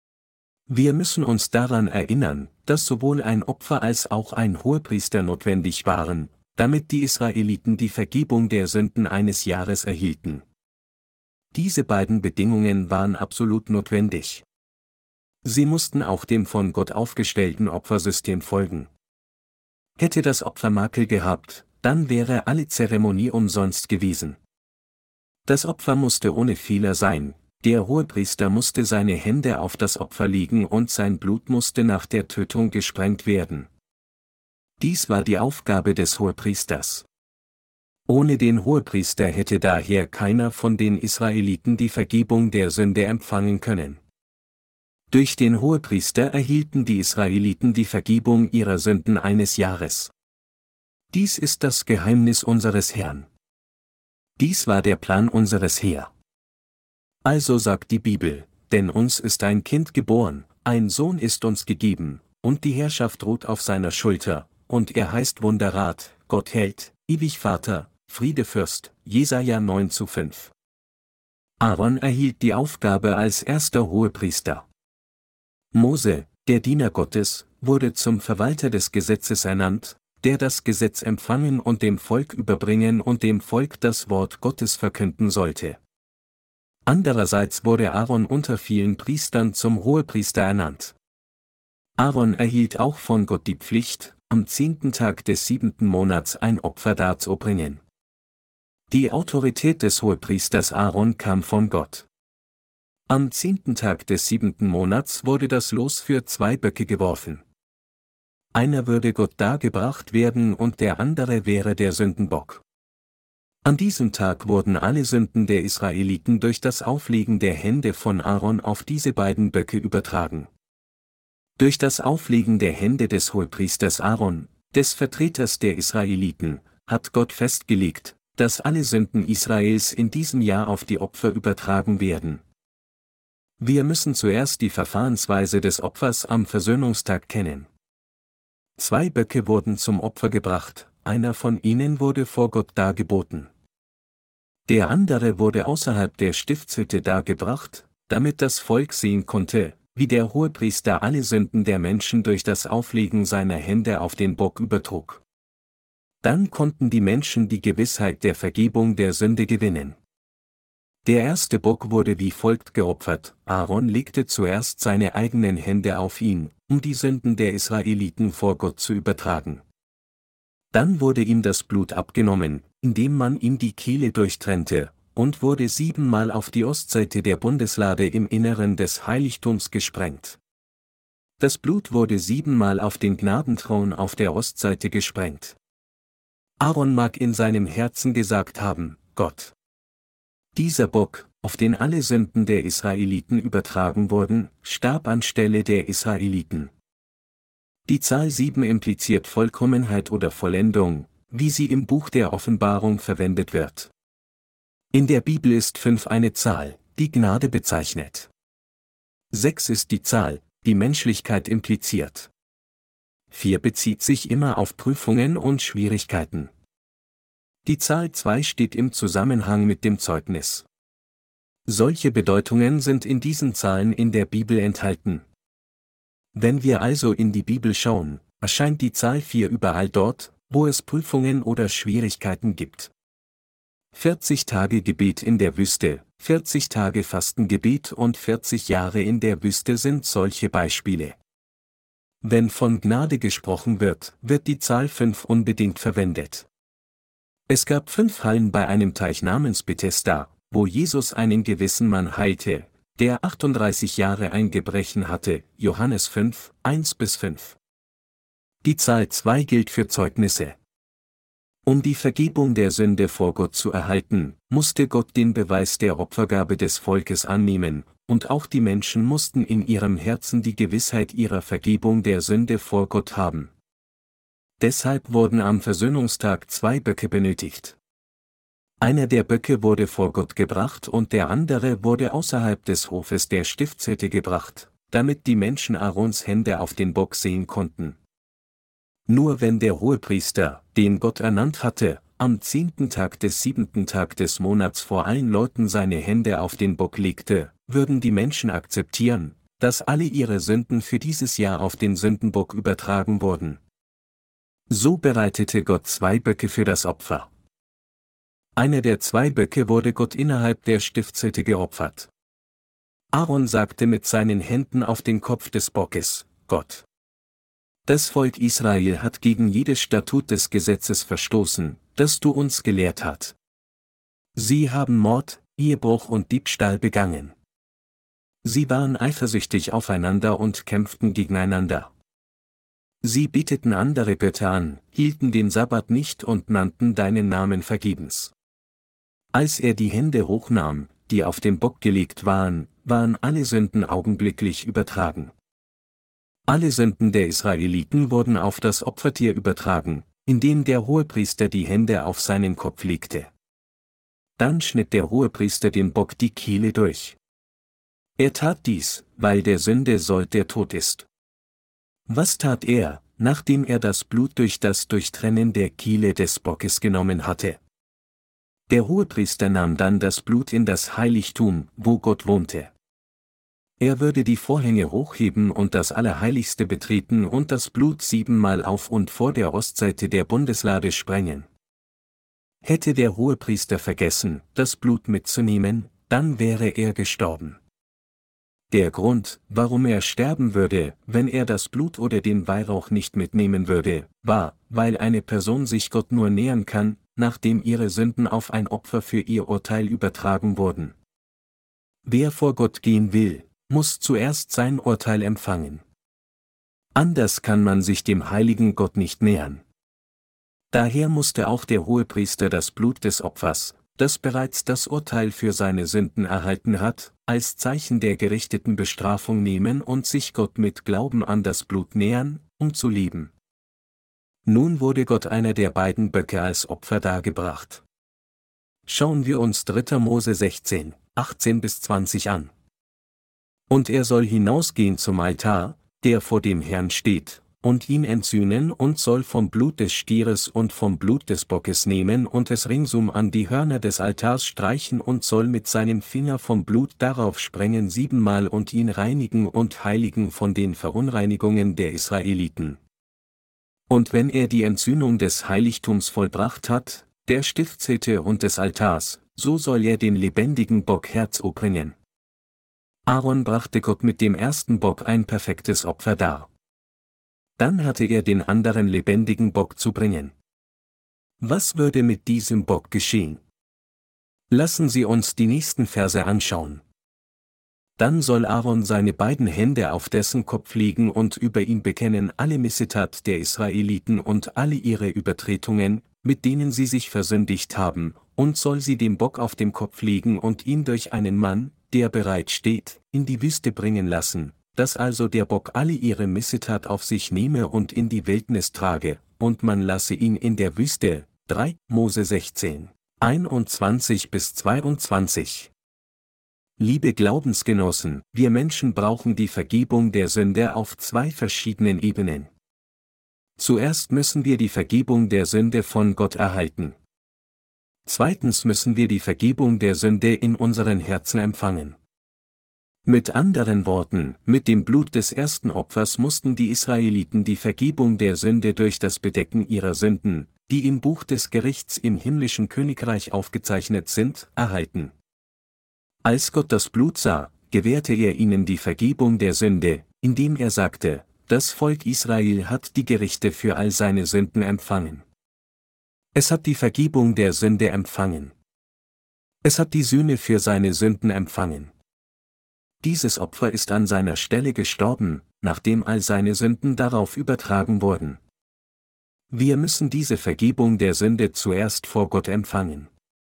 Wir müssen uns daran erinnern, dass sowohl ein Opfer als auch ein Hohepriester notwendig waren, damit die Israeliten die Vergebung der Sünden eines Jahres erhielten. Diese beiden Bedingungen waren absolut notwendig. Sie mussten auch dem von Gott aufgestellten Opfersystem folgen. Hätte das Opfer Makel gehabt, dann wäre alle Zeremonie umsonst gewesen. Das Opfer musste ohne Fehler sein. Der Hohepriester musste seine Hände auf das Opfer legen und sein Blut musste nach der Tötung gesprengt werden. Dies war die Aufgabe des Hohepriesters. Ohne den Hohepriester hätte daher keiner von den Israeliten die Vergebung der Sünde empfangen können. Durch den Hohepriester erhielten die Israeliten die Vergebung ihrer Sünden eines Jahres. Dies ist das Geheimnis unseres Herrn. Dies war der Plan unseres Herrn. Also sagt die Bibel, denn uns ist ein Kind geboren, ein Sohn ist uns gegeben, und die Herrschaft ruht auf seiner Schulter, und er heißt Wunderrat, Gott hält, ewig Vater, Friedefürst, Jesaja neun zu fünf. Aaron erhielt die Aufgabe als erster Hohepriester. Mose, der Diener Gottes, wurde zum Verwalter des Gesetzes ernannt, der das Gesetz empfangen und dem Volk überbringen und dem Volk das Wort Gottes verkünden sollte. Andererseits wurde Aaron unter vielen Priestern zum Hohepriester ernannt. Aaron erhielt auch von Gott die Pflicht, am zehnten Tag des siebenten Monats ein Opfer darzubringen. Die Autorität des Hohepriesters Aaron kam von Gott. Am zehnten Tag des siebenten Monats wurde das Los für zwei Böcke geworfen. Einer würde Gott dargebracht werden und der andere wäre der Sündenbock. An diesem Tag wurden alle Sünden der Israeliten durch das Auflegen der Hände von Aaron auf diese beiden Böcke übertragen. Durch das Auflegen der Hände des Hohepriesters Aaron, des Vertreters der Israeliten, hat Gott festgelegt, dass alle Sünden Israels in diesem Jahr auf die Opfer übertragen werden. Wir müssen zuerst die Verfahrensweise des Opfers am Versöhnungstag kennen. Zwei Böcke wurden zum Opfer gebracht, einer von ihnen wurde vor Gott dargeboten. Der andere wurde außerhalb der Stiftshütte dargebracht, damit das Volk sehen konnte, wie der Hohepriester alle Sünden der Menschen durch das Auflegen seiner Hände auf den Bock übertrug. Dann konnten die Menschen die Gewissheit der Vergebung der Sünde gewinnen. Der erste Bock wurde wie folgt geopfert: Aaron legte zuerst seine eigenen Hände auf ihn, um die Sünden der Israeliten vor Gott zu übertragen. Dann wurde ihm das Blut abgenommen, indem man ihm die Kehle durchtrennte, und wurde siebenmal auf die Ostseite der Bundeslade im Inneren des Heiligtums gesprengt. Das Blut wurde siebenmal auf den Gnadenthron auf der Ostseite gesprengt. Aaron mag in seinem Herzen gesagt haben: Gott, dieser Bock, auf den alle Sünden der Israeliten übertragen wurden, starb anstelle der Israeliten. Die Zahl sieben impliziert Vollkommenheit oder Vollendung, wie sie im Buch der Offenbarung verwendet wird. In der Bibel ist fünf eine Zahl, die Gnade bezeichnet. sechs ist die Zahl, die Menschlichkeit impliziert. vier bezieht sich immer auf Prüfungen und Schwierigkeiten. Die Zahl zwei steht im Zusammenhang mit dem Zeugnis. Solche Bedeutungen sind in diesen Zahlen in der Bibel enthalten. Wenn wir also in die Bibel schauen, erscheint die Zahl vier überall dort, wo es Prüfungen oder Schwierigkeiten gibt. vierzig Tage Gebet in der Wüste, vierzig Tage Fastengebet und vierzig Jahre in der Wüste sind solche Beispiele. Wenn von Gnade gesprochen wird, wird die Zahl fünf unbedingt verwendet. Es gab fünf Hallen bei einem Teich namens Bethesda, wo Jesus einen gewissen Mann heilte, der achtunddreißig Jahre ein Gebrechen hatte, Johannes fünf, eins bis fünf. Die Zahl zwei gilt für Zeugnisse. Um die Vergebung der Sünde vor Gott zu erhalten, musste Gott den Beweis der Opfergabe des Volkes annehmen, und auch die Menschen mussten in ihrem Herzen die Gewissheit ihrer Vergebung der Sünde vor Gott haben. Deshalb wurden am Versöhnungstag zwei Böcke benötigt. Einer der Böcke wurde vor Gott gebracht und der andere wurde außerhalb des Hofes der Stiftshütte gebracht, damit die Menschen Aarons Hände auf den Bock sehen konnten. Nur wenn der Hohepriester, den Gott ernannt hatte, am zehnten Tag des siebenten Tag des Monats vor allen Leuten seine Hände auf den Bock legte, würden die Menschen akzeptieren, dass alle ihre Sünden für dieses Jahr auf den Sündenbock übertragen wurden. So bereitete Gott zwei Böcke für das Opfer. Einer der zwei Böcke wurde Gott innerhalb der Stiftshütte geopfert. Aaron sagte mit seinen Händen auf den Kopf des Bockes: Gott. Das Volk Israel hat gegen jedes Statut des Gesetzes verstoßen, das du uns gelehrt hast. Sie haben Mord, Ehebruch und Diebstahl begangen. Sie waren eifersüchtig aufeinander und kämpften gegeneinander. Sie beteten andere Götter an, hielten den Sabbat nicht und nannten deinen Namen vergebens. Als er die Hände hochnahm, die auf den Bock gelegt waren, waren alle Sünden augenblicklich übertragen. Alle Sünden der Israeliten wurden auf das Opfertier übertragen, indem der Hohepriester die Hände auf seinen Kopf legte. Dann schnitt der Hohepriester dem Bock die Kehle durch. Er tat dies, weil der Sünde Sold der Tod ist. Was tat er, nachdem er das Blut durch das Durchtrennen der Kehle des Bockes genommen hatte? Der Hohepriester nahm dann das Blut in das Heiligtum, wo Gott wohnte. Er würde die Vorhänge hochheben und das Allerheiligste betreten und das Blut siebenmal auf und vor der Ostseite der Bundeslade sprengen. Hätte der Hohepriester vergessen, das Blut mitzunehmen, dann wäre er gestorben. Der Grund, warum er sterben würde, wenn er das Blut oder den Weihrauch nicht mitnehmen würde, war, weil eine Person sich Gott nur nähern kann, nachdem ihre Sünden auf ein Opfer für ihr Urteil übertragen wurden. Wer vor Gott gehen will, muss zuerst sein Urteil empfangen. Anders kann man sich dem heiligen Gott nicht nähern. Daher musste auch der Hohepriester das Blut des Opfers, das bereits das Urteil für seine Sünden erhalten hat, als Zeichen der gerichteten Bestrafung nehmen und sich Gott mit Glauben an das Blut nähern, um zu leben. Nun wurde Gott einer der beiden Böcke als Opfer dargebracht. Schauen wir uns dritter Mose sechzehn, achtzehn bis zwanzig an. Und er soll hinausgehen zum Altar, der vor dem Herrn steht, und ihn entsühnen und soll vom Blut des Stieres und vom Blut des Bockes nehmen und es ringsum an die Hörner des Altars streichen und soll mit seinem Finger vom Blut darauf sprengen siebenmal und ihn reinigen und heiligen von den Verunreinigungen der Israeliten. Und wenn er die Entsühnung des Heiligtums vollbracht hat, der Stiftshütte und des Altars, so soll er den lebendigen Bock herzubringen. Aaron brachte Gott mit dem ersten Bock ein perfektes Opfer dar. Dann hatte er den anderen lebendigen Bock zu bringen. Was würde mit diesem Bock geschehen? Lassen Sie uns die nächsten Verse anschauen. Dann soll Aaron seine beiden Hände auf dessen Kopf legen und über ihn bekennen alle Missetat der Israeliten und alle ihre Übertretungen, mit denen sie sich versündigt haben, und soll sie dem Bock auf dem Kopf legen und ihn durch einen Mann, der bereit steht, in die Wüste bringen lassen, dass also der Bock alle ihre Missetat auf sich nehme und in die Wildnis trage, und man lasse ihn in der Wüste. drei Mose sechzehn, einundzwanzig bis zweiundzwanzig. Liebe Glaubensgenossen, wir Menschen brauchen die Vergebung der Sünde auf zwei verschiedenen Ebenen. Zuerst müssen wir die Vergebung der Sünde von Gott erhalten. Zweitens müssen wir die Vergebung der Sünde in unseren Herzen empfangen. Mit anderen Worten, mit dem Blut des ersten Opfers mussten die Israeliten die Vergebung der Sünde durch das Bedecken ihrer Sünden, die im Buch des Gerichts im himmlischen Königreich aufgezeichnet sind, erhalten. Als Gott das Blut sah, gewährte er ihnen die Vergebung der Sünde, indem er sagte, das Volk Israel hat die Gerichte für all seine Sünden empfangen. Es hat die Vergebung der Sünde empfangen. Es hat die Sühne für seine Sünden empfangen. Dieses Opfer ist an seiner Stelle gestorben, nachdem all seine Sünden darauf übertragen wurden. Wir müssen diese Vergebung der Sünde zuerst vor Gott empfangen.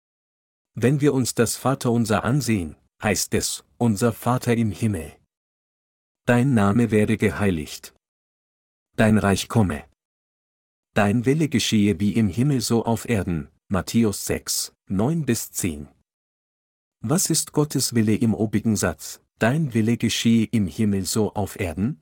Wenn wir uns das Vaterunser ansehen, heißt es, unser Vater im Himmel. Dein Name werde geheiligt. Dein Reich komme. Dein Wille geschehe wie im Himmel so auf Erden, Matthäus sechs, neun bis zehn. Was ist Gottes Wille im obigen Satz, dein Wille geschehe im Himmel so auf Erden?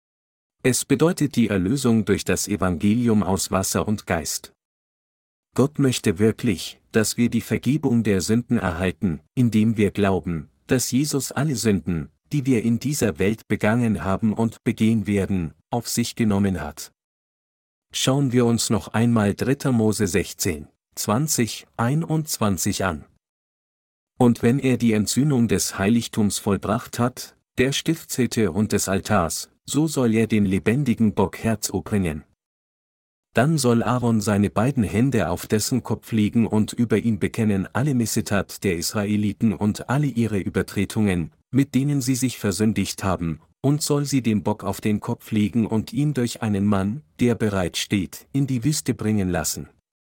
Es bedeutet die Erlösung durch das Evangelium aus Wasser und Geist. Gott möchte wirklich, dass wir die Vergebung der Sünden erhalten, indem wir glauben, dass Jesus alle Sünden, die wir in dieser Welt begangen haben und begehen werden, auf sich genommen hat. Schauen wir uns noch einmal dritter Mose sechzehn, zwanzig, einundzwanzig an. Und wenn er die Entsühnung des Heiligtums vollbracht hat, der Stiftshütte und des Altars, so soll er den lebendigen Bock herzubringen. Dann soll Aaron seine beiden Hände auf dessen Kopf legen und über ihn bekennen alle Missetat der Israeliten und alle ihre Übertretungen, mit denen sie sich versündigt haben, und soll sie dem Bock auf den Kopf legen und ihn durch einen Mann, der bereit steht, in die Wüste bringen lassen.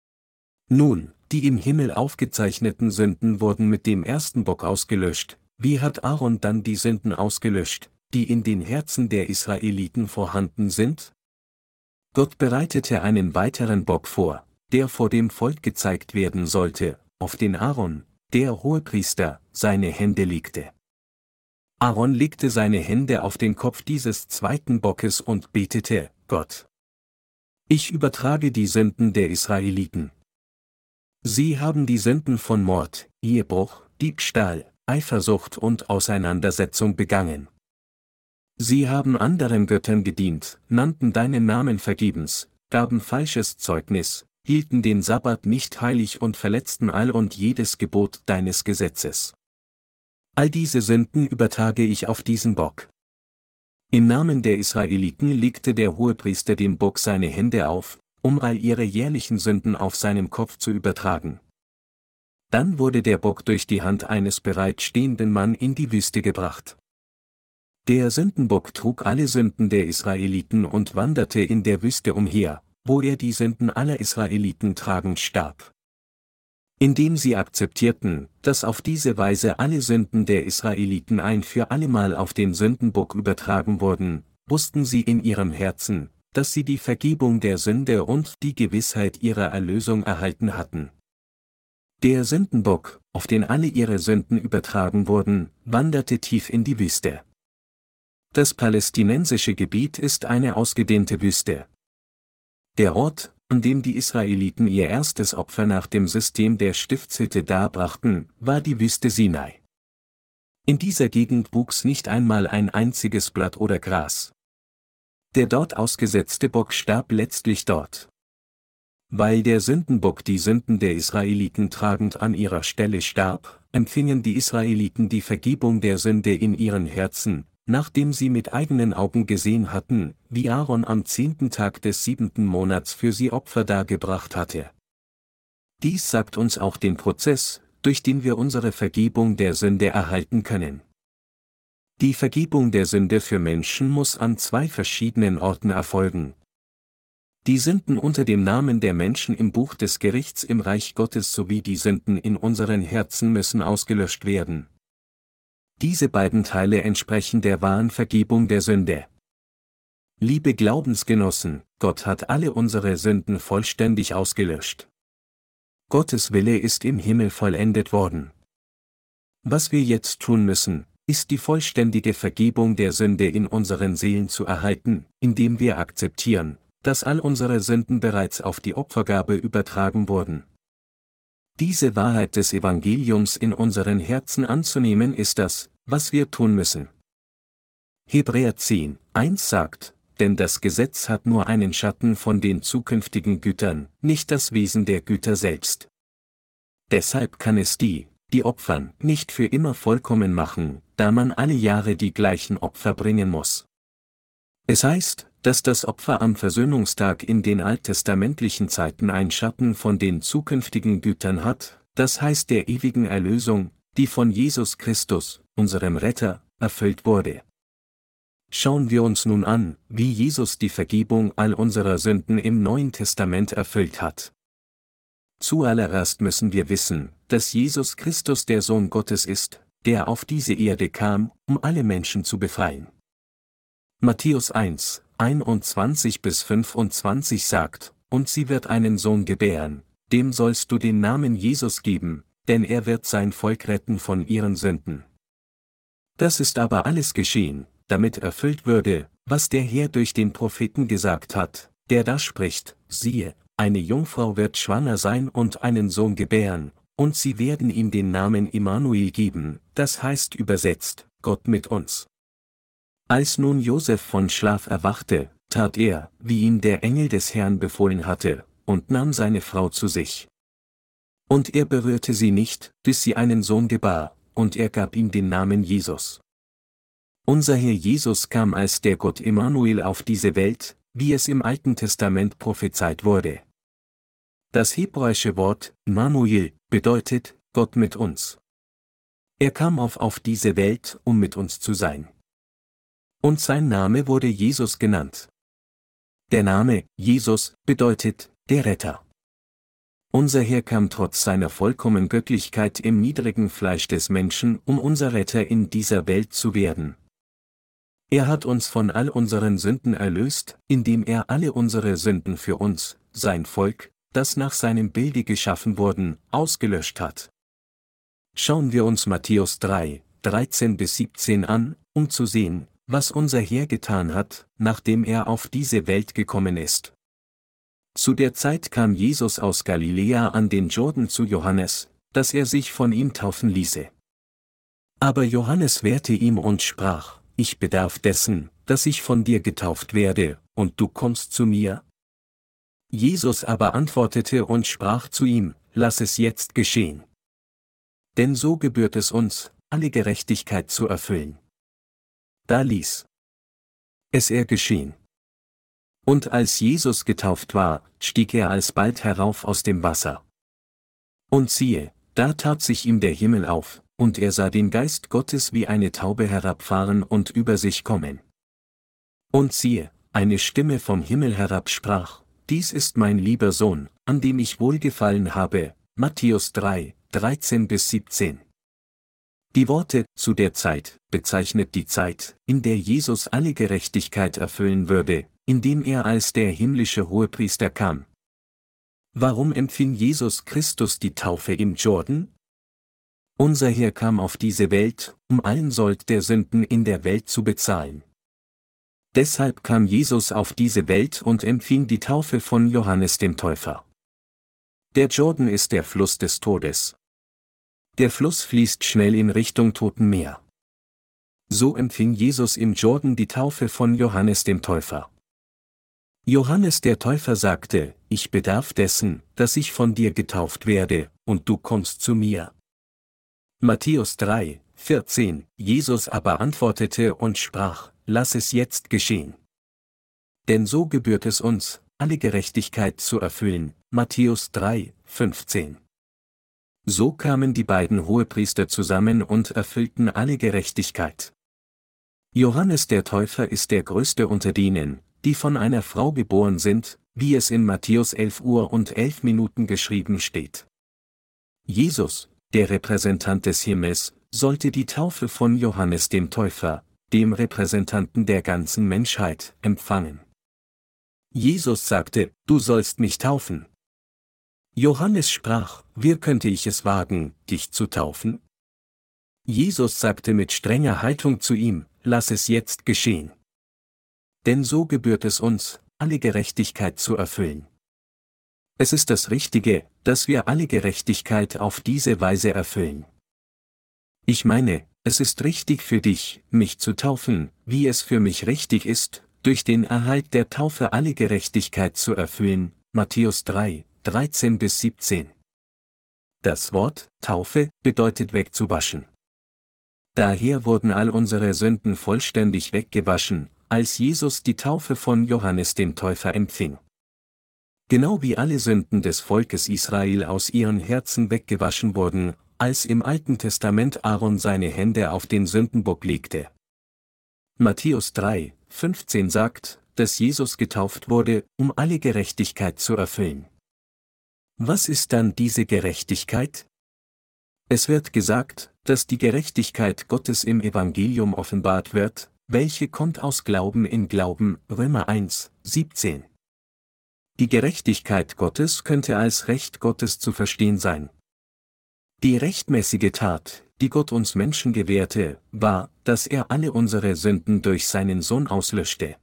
Nun, die im Himmel aufgezeichneten Sünden wurden mit dem ersten Bock ausgelöscht. Wie hat Aaron dann die Sünden ausgelöscht, die in den Herzen der Israeliten vorhanden sind? Gott bereitete einen weiteren Bock vor, der vor dem Volk gezeigt werden sollte, auf den Aaron, der Hohepriester, seine Hände legte. Aaron legte seine Hände auf den Kopf dieses zweiten Bockes und betete, Gott, ich übertrage die Sünden der Israeliten. Sie haben die Sünden von Mord, Ehebruch, Diebstahl, Eifersucht und Auseinandersetzung begangen. Sie haben anderen Göttern gedient, nannten deinen Namen vergebens, gaben falsches Zeugnis, hielten den Sabbat nicht heilig und verletzten all und jedes Gebot deines Gesetzes. All diese Sünden übertrage ich auf diesen Bock. Im Namen der Israeliten legte der Hohepriester dem Bock seine Hände auf, um all ihre jährlichen Sünden auf seinem Kopf zu übertragen. Dann wurde der Bock durch die Hand eines bereitstehenden Mann in die Wüste gebracht. Der Sündenbock trug alle Sünden der Israeliten und wanderte in der Wüste umher, wo er die Sünden aller Israeliten tragend starb. Indem sie akzeptierten, dass auf diese Weise alle Sünden der Israeliten ein für allemal auf den Sündenbock übertragen wurden, wussten sie in ihrem Herzen, dass sie die Vergebung der Sünde und die Gewissheit ihrer Erlösung erhalten hatten. Der Sündenbock, auf den alle ihre Sünden übertragen wurden, wanderte tief in die Wüste. Das palästinensische Gebiet ist eine ausgedehnte Wüste. Der Ort, an dem die Israeliten ihr erstes Opfer nach dem System der Stiftshütte darbrachten, war die Wüste Sinai. In dieser Gegend wuchs nicht einmal ein einziges Blatt oder Gras. Der dort ausgesetzte Bock starb letztlich dort. Weil der Sündenbock die Sünden der Israeliten tragend an ihrer Stelle starb, empfingen die Israeliten die Vergebung der Sünde in ihren Herzen, nachdem sie mit eigenen Augen gesehen hatten, wie Aaron am zehnten Tag des siebenten Monats für sie Opfer dargebracht hatte. Dies sagt uns auch den Prozess, durch den wir unsere Vergebung der Sünde erhalten können. Die Vergebung der Sünde für Menschen muss an zwei verschiedenen Orten erfolgen. Die Sünden unter dem Namen der Menschen im Buch des Gerichts im Reich Gottes sowie die Sünden in unseren Herzen müssen ausgelöscht werden. Diese beiden Teile entsprechen der wahren Vergebung der Sünde. Liebe Glaubensgenossen, Gott hat alle unsere Sünden vollständig ausgelöscht. Gottes Wille ist im Himmel vollendet worden. Was wir jetzt tun müssen, ist die vollständige Vergebung der Sünde in unseren Seelen zu erhalten, indem wir akzeptieren, dass all unsere Sünden bereits auf die Opfergabe übertragen wurden. Diese Wahrheit des Evangeliums in unseren Herzen anzunehmen ist das, was wir tun müssen. Hebräer zehn, eins sagt, denn das Gesetz hat nur einen Schatten von den zukünftigen Gütern, nicht das Wesen der Güter selbst. Deshalb kann es die, die opfern, nicht für immer vollkommen machen, da man alle Jahre die gleichen Opfer bringen muss. Es heißt, dass das Opfer am Versöhnungstag in den alttestamentlichen Zeiten ein Schatten von den zukünftigen Gütern hat, das heißt der ewigen Erlösung, die von Jesus Christus, unserem Retter, erfüllt wurde. Schauen wir uns nun an, wie Jesus die Vergebung all unserer Sünden im Neuen Testament erfüllt hat. Zuallererst müssen wir wissen, dass Jesus Christus der Sohn Gottes ist, der auf diese Erde kam, um alle Menschen zu befreien. Matthäus eins, einundzwanzig bis fünfundzwanzig sagt, und sie wird einen Sohn gebären, dem sollst du den Namen Jesus geben, denn er wird sein Volk retten von ihren Sünden. Das ist aber alles geschehen, damit erfüllt würde, was der Herr durch den Propheten gesagt hat, der da spricht, siehe, eine Jungfrau wird schwanger sein und einen Sohn gebären, und sie werden ihm den Namen Immanuel geben, das heißt übersetzt, Gott mit uns. Als nun Josef von Schlaf erwachte, tat er, wie ihm der Engel des Herrn befohlen hatte, und nahm seine Frau zu sich. Und er berührte sie nicht, bis sie einen Sohn gebar, und er gab ihm den Namen Jesus. Unser Herr Jesus kam als der Gott Immanuel auf diese Welt, wie es im Alten Testament prophezeit wurde. Das hebräische Wort Immanuel bedeutet Gott mit uns. Er kam auf auf diese Welt, um mit uns zu sein. Und sein Name wurde Jesus genannt. Der Name Jesus bedeutet der Retter. Unser Herr kam trotz seiner vollkommenen Göttlichkeit im niedrigen Fleisch des Menschen, um unser Retter in dieser Welt zu werden. Er hat uns von all unseren Sünden erlöst, indem er alle unsere Sünden für uns, sein Volk, das nach seinem Bilde geschaffen wurden, ausgelöscht hat. Schauen wir uns Matthäus drei, dreizehn bis siebzehn an, um zu sehen, was unser Herr getan hat, nachdem er auf diese Welt gekommen ist. Zu der Zeit kam Jesus aus Galiläa an den Jordan zu Johannes, dass er sich von ihm taufen ließe. Aber Johannes wehrte ihm und sprach, ich bedarf dessen, dass ich von dir getauft werde, und du kommst zu mir? Jesus aber antwortete und sprach zu ihm, lass es jetzt geschehen. Denn so gebührt es uns, alle Gerechtigkeit zu erfüllen. Da ließ es er geschehen. Und als Jesus getauft war, stieg er alsbald herauf aus dem Wasser. Und siehe, da tat sich ihm der Himmel auf, und er sah den Geist Gottes wie eine Taube herabfahren und über sich kommen. Und siehe, eine Stimme vom Himmel herab sprach, dies ist mein lieber Sohn, an dem ich wohlgefallen habe, Matthäus drei, dreizehn bis siebzehn. Die Worte, zu der Zeit, bezeichnet die Zeit, in der Jesus alle Gerechtigkeit erfüllen würde, indem er als der himmlische Hohepriester kam. Warum empfing Jesus Christus die Taufe im Jordan? Unser Herr kam auf diese Welt, um allen Sold der Sünden in der Welt zu bezahlen. Deshalb kam Jesus auf diese Welt und empfing die Taufe von Johannes dem Täufer. Der Jordan ist der Fluss des Todes. Der Fluss fließt schnell in Richtung Toten Meer. So empfing Jesus im Jordan die Taufe von Johannes dem Täufer. Johannes der Täufer sagte: Ich bedarf dessen, dass ich von dir getauft werde, und du kommst zu mir. Matthäus drei, vierzehn. Jesus aber antwortete und sprach: Lass es jetzt geschehen. Denn so gebührt es uns, alle Gerechtigkeit zu erfüllen. Matthäus drei, fünfzehn. So kamen die beiden Hohepriester zusammen und erfüllten alle Gerechtigkeit. Johannes der Täufer ist der größte unter denen, die von einer Frau geboren sind, wie es in Matthäus elf Uhr und elf Minuten geschrieben steht. Jesus, der Repräsentant des Himmels, sollte die Taufe von Johannes dem Täufer, dem Repräsentanten der ganzen Menschheit, empfangen. Jesus sagte: Du sollst mich taufen. Johannes sprach: Wie könnte ich es wagen, dich zu taufen? Jesus sagte mit strenger Haltung zu ihm: Lass es jetzt geschehen. Denn so gebührt es uns, alle Gerechtigkeit zu erfüllen. Es ist das Richtige, dass wir alle Gerechtigkeit auf diese Weise erfüllen. Ich meine, es ist richtig für dich, mich zu taufen, wie es für mich richtig ist, durch den Erhalt der Taufe alle Gerechtigkeit zu erfüllen. Matthäus drei, dreizehn bis siebzehn. Das Wort Taufe bedeutet wegzuwaschen. Daher wurden all unsere Sünden vollständig weggewaschen, als Jesus die Taufe von Johannes dem Täufer empfing. Genau wie alle Sünden des Volkes Israel aus ihren Herzen weggewaschen wurden, als im Alten Testament Aaron seine Hände auf den Sündenbock legte. Matthäus drei, fünfzehn sagt, dass Jesus getauft wurde, um alle Gerechtigkeit zu erfüllen. Was ist dann diese Gerechtigkeit? Es wird gesagt, dass die Gerechtigkeit Gottes im Evangelium offenbart wird, welche kommt aus Glauben in Glauben, Römer eins, siebzehn. Die Gerechtigkeit Gottes könnte als Recht Gottes zu verstehen sein. Die rechtmäßige Tat, die Gott uns Menschen gewährte, war, dass er alle unsere Sünden durch seinen Sohn auslöschte.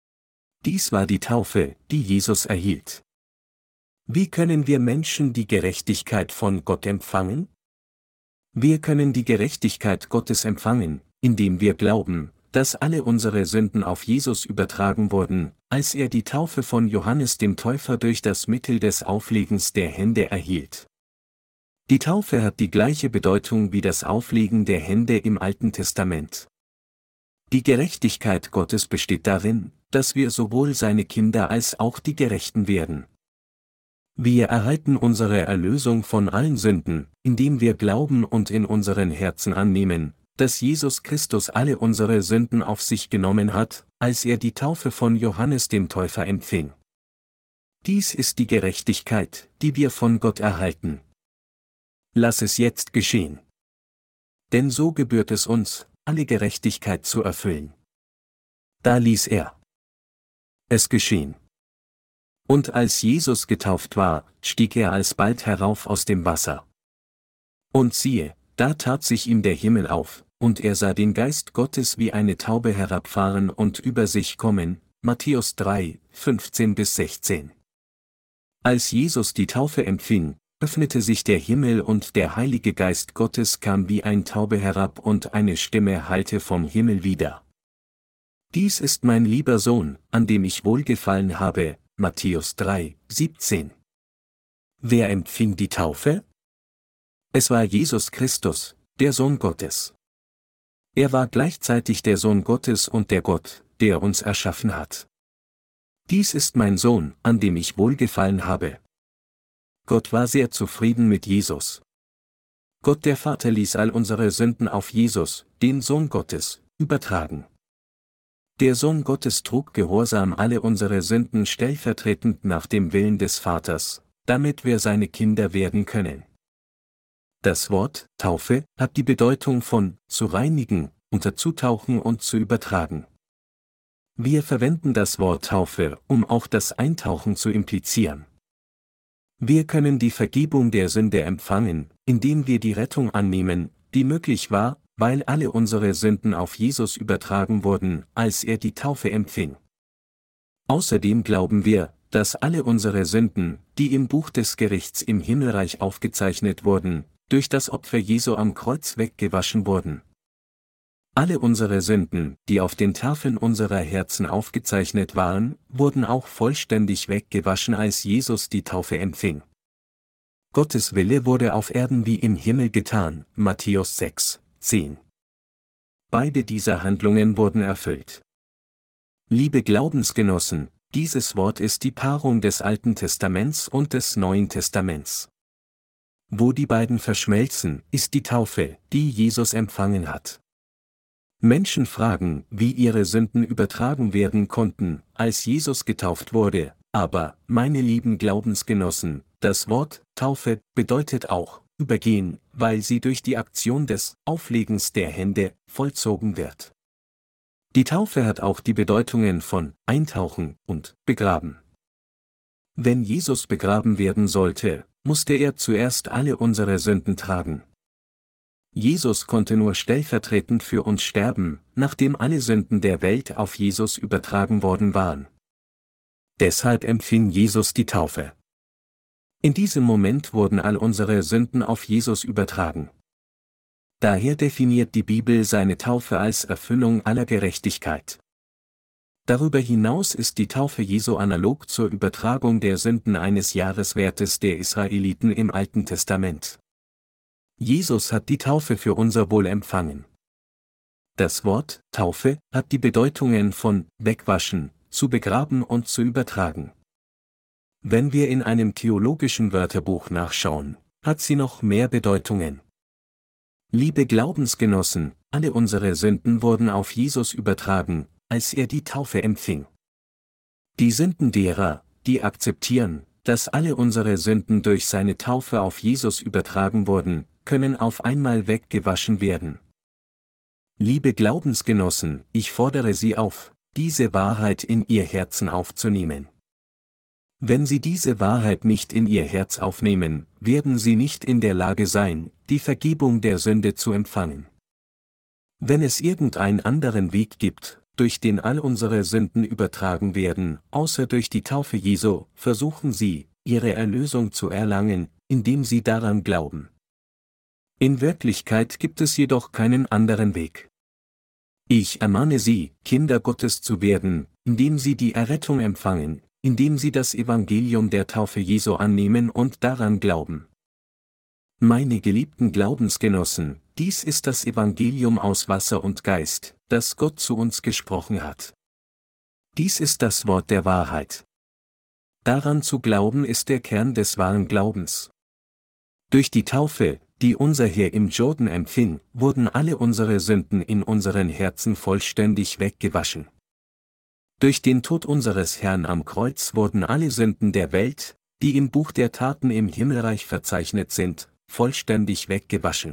Dies war die Taufe, die Jesus erhielt. Wie können wir Menschen die Gerechtigkeit von Gott empfangen? Wir können die Gerechtigkeit Gottes empfangen, indem wir glauben, dass alle unsere Sünden auf Jesus übertragen wurden, als er die Taufe von Johannes dem Täufer durch das Mittel des Auflegens der Hände erhielt. Die Taufe hat die gleiche Bedeutung wie das Auflegen der Hände im Alten Testament. Die Gerechtigkeit Gottes besteht darin, dass wir sowohl seine Kinder als auch die Gerechten werden. Wir erhalten unsere Erlösung von allen Sünden, indem wir glauben und in unseren Herzen annehmen, dass Jesus Christus alle unsere Sünden auf sich genommen hat, als er die Taufe von Johannes dem Täufer empfing. Dies ist die Gerechtigkeit, die wir von Gott erhalten. Lass es jetzt geschehen. Denn so gebührt es uns, alle Gerechtigkeit zu erfüllen. Da ließ er es geschehen. Und als Jesus getauft war, stieg er alsbald herauf aus dem Wasser. Und siehe, da tat sich ihm der Himmel auf, und er sah den Geist Gottes wie eine Taube herabfahren und über sich kommen. Matthäus drei, fünfzehn bis sechzehn. Als Jesus die Taufe empfing, öffnete sich der Himmel und der Heilige Geist Gottes kam wie ein Taube herab und eine Stimme hallte vom Himmel wider: Dies ist mein lieber Sohn, an dem ich wohlgefallen habe. Matthäus drei, siebzehn. Wer empfing die Taufe? Es war Jesus Christus, der Sohn Gottes. Er war gleichzeitig der Sohn Gottes und der Gott, der uns erschaffen hat. Dies ist mein Sohn, an dem ich wohlgefallen habe. Gott war sehr zufrieden mit Jesus. Gott der Vater ließ all unsere Sünden auf Jesus, den Sohn Gottes, übertragen. Der Sohn Gottes trug gehorsam alle unsere Sünden stellvertretend nach dem Willen des Vaters, damit wir seine Kinder werden können. Das Wort Taufe hat die Bedeutung von zu reinigen, unterzutauchen und zu übertragen. Wir verwenden das Wort Taufe, um auch das Eintauchen zu implizieren. Wir können die Vergebung der Sünde empfangen, indem wir die Rettung annehmen, die möglich war, weil alle unsere Sünden auf Jesus übertragen wurden, als er die Taufe empfing. Außerdem glauben wir, dass alle unsere Sünden, die im Buch des Gerichts im Himmelreich aufgezeichnet wurden, durch das Opfer Jesu am Kreuz weggewaschen wurden. Alle unsere Sünden, die auf den Tafeln unserer Herzen aufgezeichnet waren, wurden auch vollständig weggewaschen, als Jesus die Taufe empfing. Gottes Wille wurde auf Erden wie im Himmel getan, Matthäus sechs, zehn. Beide dieser Handlungen wurden erfüllt. Liebe Glaubensgenossen, dieses Wort ist die Paarung des Alten Testaments und des Neuen Testaments. Wo die beiden verschmelzen, ist die Taufe, die Jesus empfangen hat. Menschen fragen, wie ihre Sünden übertragen werden konnten, als Jesus getauft wurde, aber, meine lieben Glaubensgenossen, das Wort Taufe bedeutet auch übergehen, weil sie durch die Aktion des Auflegens der Hände vollzogen wird. Die Taufe hat auch die Bedeutungen von eintauchen und begraben. Wenn Jesus begraben werden sollte, musste er zuerst alle unsere Sünden tragen. Jesus konnte nur stellvertretend für uns sterben, nachdem alle Sünden der Welt auf Jesus übertragen worden waren. Deshalb empfing Jesus die Taufe. In diesem Moment wurden all unsere Sünden auf Jesus übertragen. Daher definiert die Bibel seine Taufe als Erfüllung aller Gerechtigkeit. Darüber hinaus ist die Taufe Jesu analog zur Übertragung der Sünden eines Jahreswertes der Israeliten im Alten Testament. Jesus hat die Taufe für unser Wohl empfangen. Das Wort Taufe hat die Bedeutungen von wegwaschen, zu begraben und zu übertragen. Wenn wir in einem theologischen Wörterbuch nachschauen, hat sie noch mehr Bedeutungen. Liebe Glaubensgenossen, alle unsere Sünden wurden auf Jesus übertragen, als er die Taufe empfing. Die Sünden derer, die akzeptieren, dass alle unsere Sünden durch seine Taufe auf Jesus übertragen wurden, können auf einmal weggewaschen werden. Liebe Glaubensgenossen, ich fordere Sie auf, diese Wahrheit in Ihr Herzen aufzunehmen. Wenn Sie diese Wahrheit nicht in Ihr Herz aufnehmen, werden Sie nicht in der Lage sein, die Vergebung der Sünde zu empfangen. Wenn es irgendeinen anderen Weg gibt, durch den all unsere Sünden übertragen werden, außer durch die Taufe Jesu, versuchen Sie, Ihre Erlösung zu erlangen, indem Sie daran glauben. In Wirklichkeit gibt es jedoch keinen anderen Weg. Ich ermahne Sie, Kinder Gottes zu werden, indem Sie die Errettung empfangen, indem Sie das Evangelium der Taufe Jesu annehmen und daran glauben. Meine geliebten Glaubensgenossen, dies ist das Evangelium aus Wasser und Geist, das Gott zu uns gesprochen hat. Dies ist das Wort der Wahrheit. Daran zu glauben ist der Kern des wahren Glaubens. Durch die Taufe, die unser Herr im Jordan empfing, wurden alle unsere Sünden in unseren Herzen vollständig weggewaschen. Durch den Tod unseres Herrn am Kreuz wurden alle Sünden der Welt, die im Buch der Taten im Himmelreich verzeichnet sind, vollständig weggewaschen.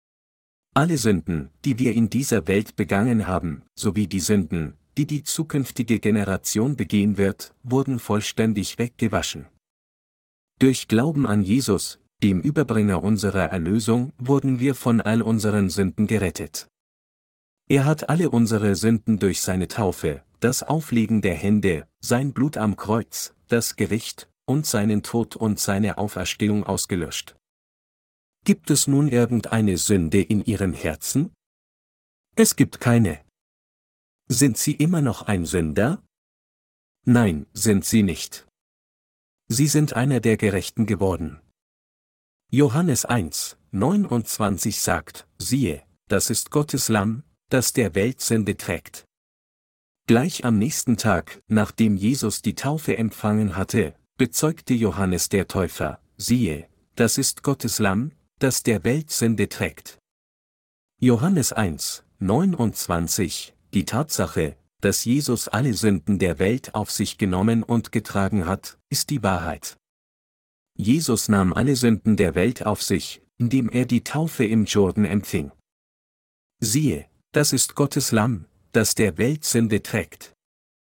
Alle Sünden, die wir in dieser Welt begangen haben, sowie die Sünden, die die zukünftige Generation begehen wird, wurden vollständig weggewaschen. Durch Glauben an Jesus, dem Überbringer unserer Erlösung, wurden wir von all unseren Sünden gerettet. Er hat alle unsere Sünden durch seine Taufe, das Auflegen der Hände, sein Blut am Kreuz, das Gericht, und seinen Tod und seine Auferstehung ausgelöscht. Gibt es nun irgendeine Sünde in Ihrem Herzen? Es gibt keine. Sind Sie immer noch ein Sünder? Nein, sind Sie nicht. Sie sind einer der Gerechten geworden. Johannes eins, neunundzwanzig sagt, siehe, das ist Gottes Lamm, das der Welt Sünde trägt. Gleich am nächsten Tag, nachdem Jesus die Taufe empfangen hatte, bezeugte Johannes der Täufer, siehe, das ist Gottes Lamm, das der Welt Sünde trägt. Johannes eins, neunundzwanzig, die Tatsache, dass Jesus alle Sünden der Welt auf sich genommen und getragen hat, ist die Wahrheit. Jesus nahm alle Sünden der Welt auf sich, indem er die Taufe im Jordan empfing. Siehe, das ist Gottes Lamm, das der Welt Sünde trägt.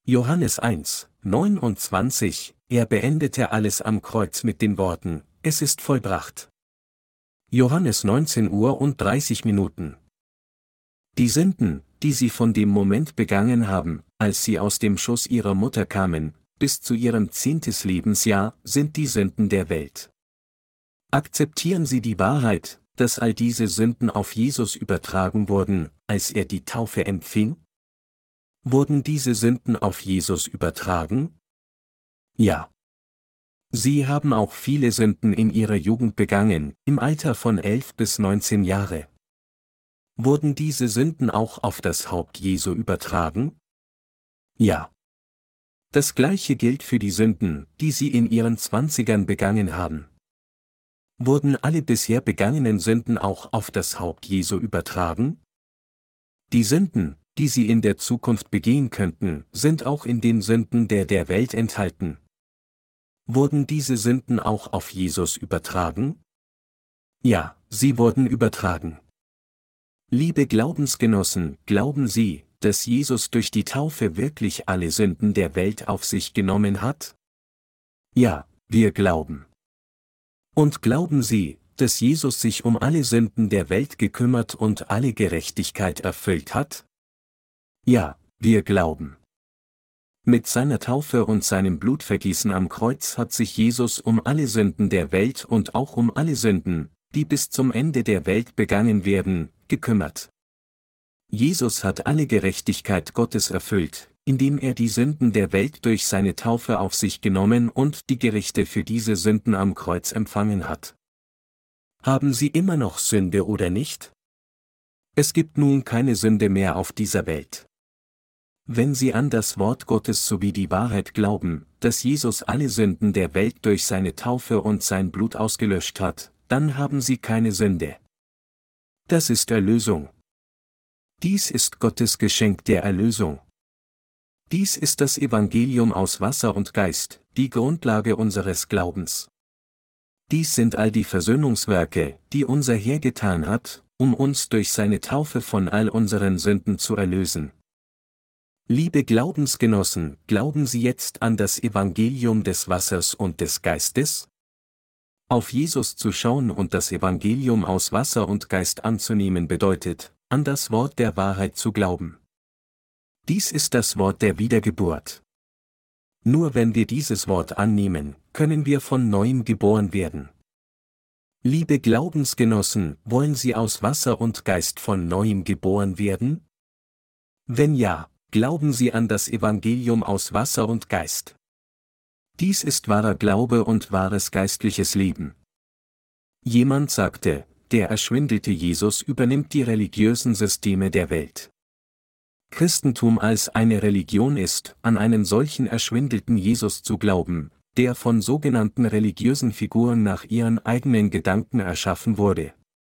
Johannes eins, neunundzwanzig, er beendete alles am Kreuz mit den Worten, es ist vollbracht. Johannes neunzehn Uhr und dreißig Minuten. Die Sünden, die sie von dem Moment begangen haben, als sie aus dem Schoß ihrer Mutter kamen, bis zu ihrem zehntes Lebensjahr, sind die Sünden der Welt. Akzeptieren Sie die Wahrheit, dass all diese Sünden auf Jesus übertragen wurden, als er die Taufe empfing? Wurden diese Sünden auf Jesus übertragen? Ja. Sie haben auch viele Sünden in ihrer Jugend begangen, im Alter von elf bis neunzehn Jahre. Wurden diese Sünden auch auf das Haupt Jesu übertragen? Ja. Das Gleiche gilt für die Sünden, die Sie in Ihren Zwanzigern begangen haben. Wurden alle bisher begangenen Sünden auch auf das Haupt Jesu übertragen? Die Sünden, die Sie in der Zukunft begehen könnten, sind auch in den Sünden der der Welt enthalten. Wurden diese Sünden auch auf Jesus übertragen? Ja, sie wurden übertragen. Liebe Glaubensgenossen, glauben Sie, dass Jesus durch die Taufe wirklich alle Sünden der Welt auf sich genommen hat? Ja, wir glauben. Und glauben Sie, dass Jesus sich um alle Sünden der Welt gekümmert und alle Gerechtigkeit erfüllt hat? Ja, wir glauben. Mit seiner Taufe und seinem Blutvergießen am Kreuz hat sich Jesus um alle Sünden der Welt und auch um alle Sünden, die bis zum Ende der Welt begangen werden, gekümmert. Jesus hat alle Gerechtigkeit Gottes erfüllt, indem er die Sünden der Welt durch seine Taufe auf sich genommen und die Gerichte für diese Sünden am Kreuz empfangen hat. Haben Sie immer noch Sünde oder nicht? Es gibt nun keine Sünde mehr auf dieser Welt. Wenn Sie an das Wort Gottes sowie die Wahrheit glauben, dass Jesus alle Sünden der Welt durch seine Taufe und sein Blut ausgelöscht hat, dann haben Sie keine Sünde. Das ist Erlösung. Dies ist Gottes Geschenk der Erlösung. Dies ist das Evangelium aus Wasser und Geist, die Grundlage unseres Glaubens. Dies sind all die Versöhnungswerke, die unser Herr getan hat, um uns durch seine Taufe von all unseren Sünden zu erlösen. Liebe Glaubensgenossen, glauben Sie jetzt an das Evangelium des Wassers und des Geistes? Auf Jesus zu schauen und das Evangelium aus Wasser und Geist anzunehmen bedeutet, an das Wort der Wahrheit zu glauben. Dies ist das Wort der Wiedergeburt. Nur wenn wir dieses Wort annehmen, können wir von neuem geboren werden. Liebe Glaubensgenossen, wollen Sie aus Wasser und Geist von neuem geboren werden? Wenn ja, glauben Sie an das Evangelium aus Wasser und Geist. Dies ist wahrer Glaube und wahres geistliches Leben. Jemand sagte, der erschwindelte Jesus übernimmt die religiösen Systeme der Welt. Christentum als eine Religion ist, an einen solchen erschwindelten Jesus zu glauben, der von sogenannten religiösen Figuren nach ihren eigenen Gedanken erschaffen wurde.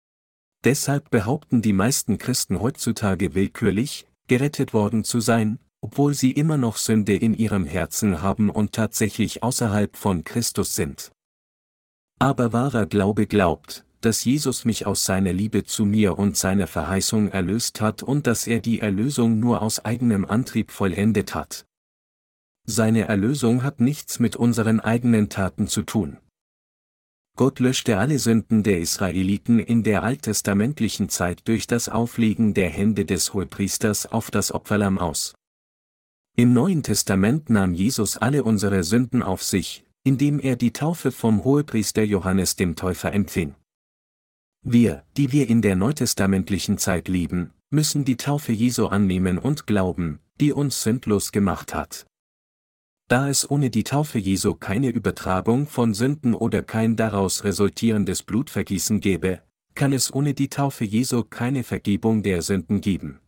Deshalb behaupten die meisten Christen heutzutage willkürlich, gerettet worden zu sein, obwohl sie immer noch Sünde in ihrem Herzen haben und tatsächlich außerhalb von Christus sind. Aber wahrer Glaube glaubt, dass Jesus mich aus seiner Liebe zu mir und seiner Verheißung erlöst hat und dass er die Erlösung nur aus eigenem Antrieb vollendet hat. Seine Erlösung hat nichts mit unseren eigenen Taten zu tun. Gott löschte alle Sünden der Israeliten in der alttestamentlichen Zeit durch das Auflegen der Hände des Hohepriesters auf das Opferlamm aus. Im Neuen Testament nahm Jesus alle unsere Sünden auf sich, indem er die Taufe vom Hohepriester Johannes dem Täufer empfing. Wir, die wir in der neutestamentlichen Zeit leben, müssen die Taufe Jesu annehmen und glauben, die uns sündlos gemacht hat. Da es ohne die Taufe Jesu keine Übertragung von Sünden oder kein daraus resultierendes Blutvergießen gäbe, kann es ohne die Taufe Jesu keine Vergebung der Sünden geben.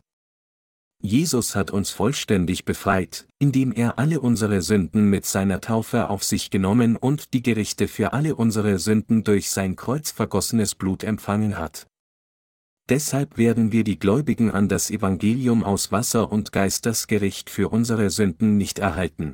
Jesus hat uns vollständig befreit, indem er alle unsere Sünden mit seiner Taufe auf sich genommen und die Gerichte für alle unsere Sünden durch sein Kreuz vergossenes Blut empfangen hat. Deshalb werden wir die Gläubigen an das Evangelium aus Wasser und Geist das Gericht für unsere Sünden nicht erhalten.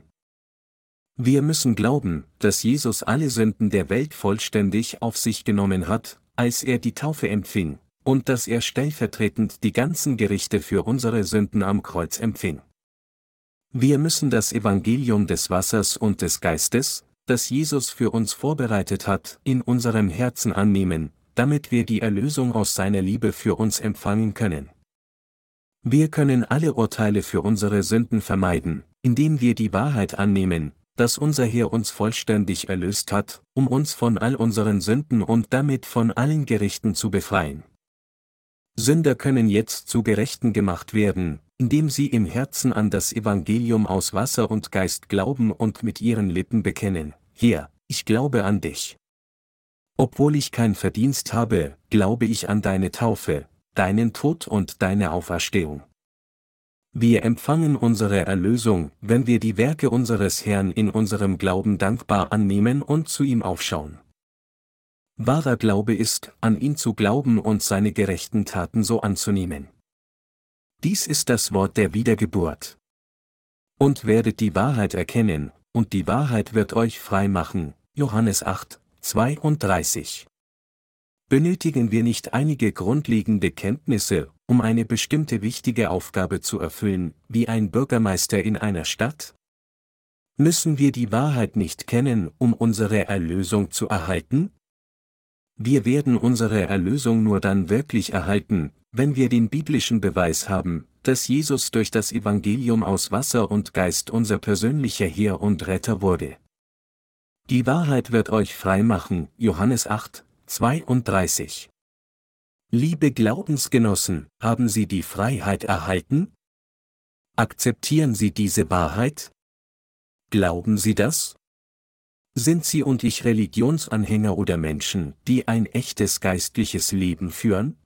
Wir müssen glauben, dass Jesus alle Sünden der Welt vollständig auf sich genommen hat, als er die Taufe empfing, und dass er stellvertretend die ganzen Gerichte für unsere Sünden am Kreuz empfing. Wir müssen das Evangelium des Wassers und des Geistes, das Jesus für uns vorbereitet hat, in unserem Herzen annehmen, damit wir die Erlösung aus seiner Liebe für uns empfangen können. Wir können alle Urteile für unsere Sünden vermeiden, indem wir die Wahrheit annehmen, dass unser Herr uns vollständig erlöst hat, um uns von all unseren Sünden und damit von allen Gerichten zu befreien. Sünder können jetzt zu Gerechten gemacht werden, indem sie im Herzen an das Evangelium aus Wasser und Geist glauben und mit ihren Lippen bekennen: Herr, ich glaube an dich. Obwohl ich kein Verdienst habe, glaube ich an deine Taufe, deinen Tod und deine Auferstehung. Wir empfangen unsere Erlösung, wenn wir die Werke unseres Herrn in unserem Glauben dankbar annehmen und zu ihm aufschauen. Wahrer Glaube ist, an ihn zu glauben und seine gerechten Taten so anzunehmen. Dies ist das Wort der Wiedergeburt. Und werdet die Wahrheit erkennen, und die Wahrheit wird euch frei machen. Johannes acht, zweiunddreißig. Benötigen wir nicht einige grundlegende Kenntnisse, um eine bestimmte wichtige Aufgabe zu erfüllen, wie ein Bürgermeister in einer Stadt? Müssen wir die Wahrheit nicht kennen, um unsere Erlösung zu erhalten? Wir werden unsere Erlösung nur dann wirklich erhalten, wenn wir den biblischen Beweis haben, dass Jesus durch das Evangelium aus Wasser und Geist unser persönlicher Herr und Retter wurde. Die Wahrheit wird euch frei machen. Johannes acht, zweiunddreißig. Liebe Glaubensgenossen, haben Sie die Freiheit erhalten? Akzeptieren Sie diese Wahrheit? Glauben Sie das? Sind Sie und ich Religionsanhänger oder Menschen, die ein echtes geistliches Leben führen?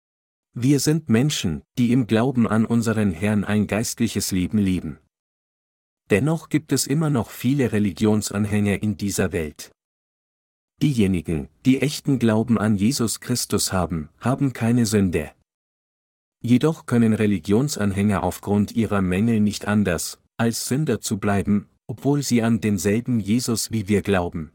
Wir sind Menschen, die im Glauben an unseren Herrn ein geistliches Leben leben. Dennoch gibt es immer noch viele Religionsanhänger in dieser Welt. Diejenigen, die echten Glauben an Jesus Christus haben, haben keine Sünde. Jedoch können Religionsanhänger aufgrund ihrer Mängel nicht anders, als Sünder zu bleiben, obwohl sie an denselben Jesus wie wir glauben.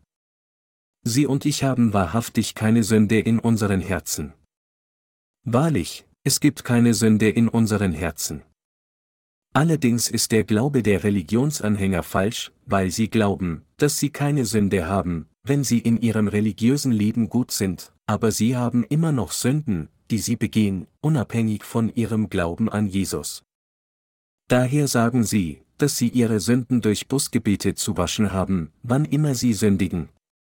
Sie und ich haben wahrhaftig keine Sünde in unseren Herzen. Wahrlich, es gibt keine Sünde in unseren Herzen. Allerdings ist der Glaube der Religionsanhänger falsch, weil sie glauben, dass sie keine Sünde haben, wenn sie in ihrem religiösen Leben gut sind, aber sie haben immer noch Sünden, die sie begehen, unabhängig von ihrem Glauben an Jesus. Daher sagen sie, dass sie ihre Sünden durch Bußgebete zu waschen haben, wann immer sie sündigen.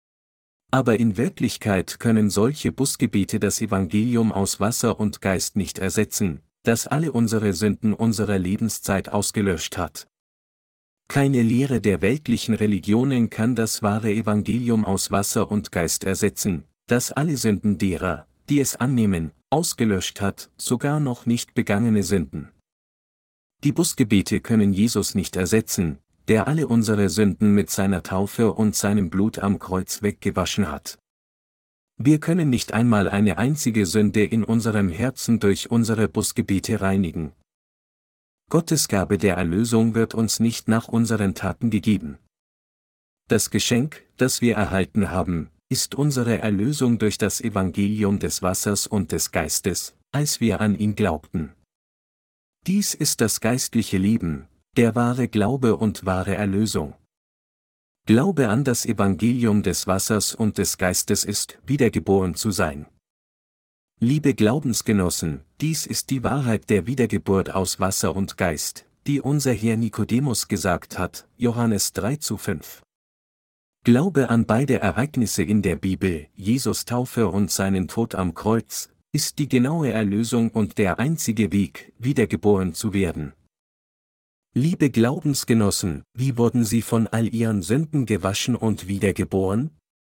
Aber in Wirklichkeit können solche Bußgebete das Evangelium aus Wasser und Geist nicht ersetzen, das alle unsere Sünden unserer Lebenszeit ausgelöscht hat. Keine Lehre der weltlichen Religionen kann das wahre Evangelium aus Wasser und Geist ersetzen, das alle Sünden derer, die es annehmen, ausgelöscht hat, sogar noch nicht begangene Sünden. Die Bußgebete können Jesus nicht ersetzen, der alle unsere Sünden mit seiner Taufe und seinem Blut am Kreuz weggewaschen hat. Wir können nicht einmal eine einzige Sünde in unserem Herzen durch unsere Bußgebete reinigen. Gottes Gabe der Erlösung wird uns nicht nach unseren Taten gegeben. Das Geschenk, das wir erhalten haben, ist unsere Erlösung durch das Evangelium des Wassers und des Geistes, als wir an ihn glaubten. Dies ist das geistliche Leben, der wahre Glaube und wahre Erlösung. Glaube an das Evangelium des Wassers und des Geistes ist, wiedergeboren zu sein. Liebe Glaubensgenossen, dies ist die Wahrheit der Wiedergeburt aus Wasser und Geist, die unser Herr Nikodemus gesagt hat, Johannes drei zu fünf. Glaube an beide Ereignisse in der Bibel, Jesus Taufe und seinen Tod am Kreuz, ist die genaue Erlösung und der einzige Weg, wiedergeboren zu werden. Liebe Glaubensgenossen, wie wurden Sie von all Ihren Sünden gewaschen und wiedergeboren?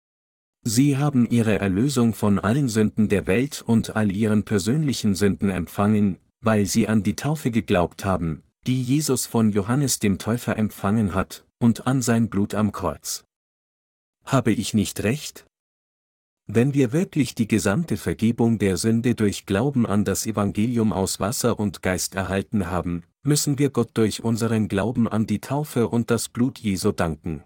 Sie haben Ihre Erlösung von allen Sünden der Welt und all Ihren persönlichen Sünden empfangen, weil Sie an die Taufe geglaubt haben, die Jesus von Johannes dem Täufer empfangen hat, und an sein Blut am Kreuz. Habe ich nicht recht? Wenn wir wirklich die gesamte Vergebung der Sünde durch Glauben an das Evangelium aus Wasser und Geist erhalten haben, müssen wir Gott durch unseren Glauben an die Taufe und das Blut Jesu danken.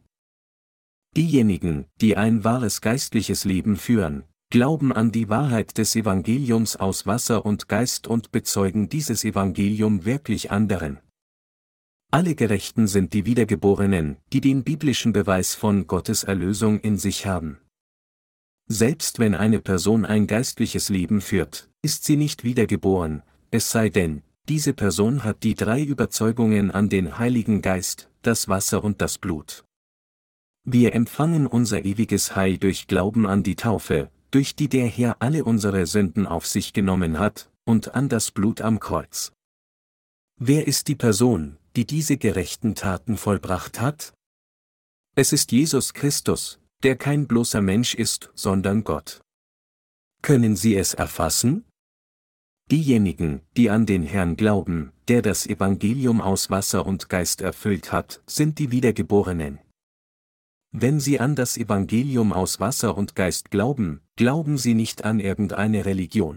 Diejenigen, die ein wahres geistliches Leben führen, glauben an die Wahrheit des Evangeliums aus Wasser und Geist und bezeugen dieses Evangelium wirklich anderen. Alle Gerechten sind die Wiedergeborenen, die den biblischen Beweis von Gottes Erlösung in sich haben. Selbst wenn eine Person ein geistliches Leben führt, ist sie nicht wiedergeboren, es sei denn, diese Person hat die drei Überzeugungen an den Heiligen Geist, das Wasser und das Blut. Wir empfangen unser ewiges Heil durch Glauben an die Taufe, durch die der Herr alle unsere Sünden auf sich genommen hat, und an das Blut am Kreuz. Wer ist die Person, die diese gerechten Taten vollbracht hat? Es ist Jesus Christus, der kein bloßer Mensch ist, sondern Gott. Können Sie es erfassen? Diejenigen, die an den Herrn glauben, der das Evangelium aus Wasser und Geist erfüllt hat, sind die Wiedergeborenen. Wenn Sie an das Evangelium aus Wasser und Geist glauben, glauben Sie nicht an irgendeine Religion.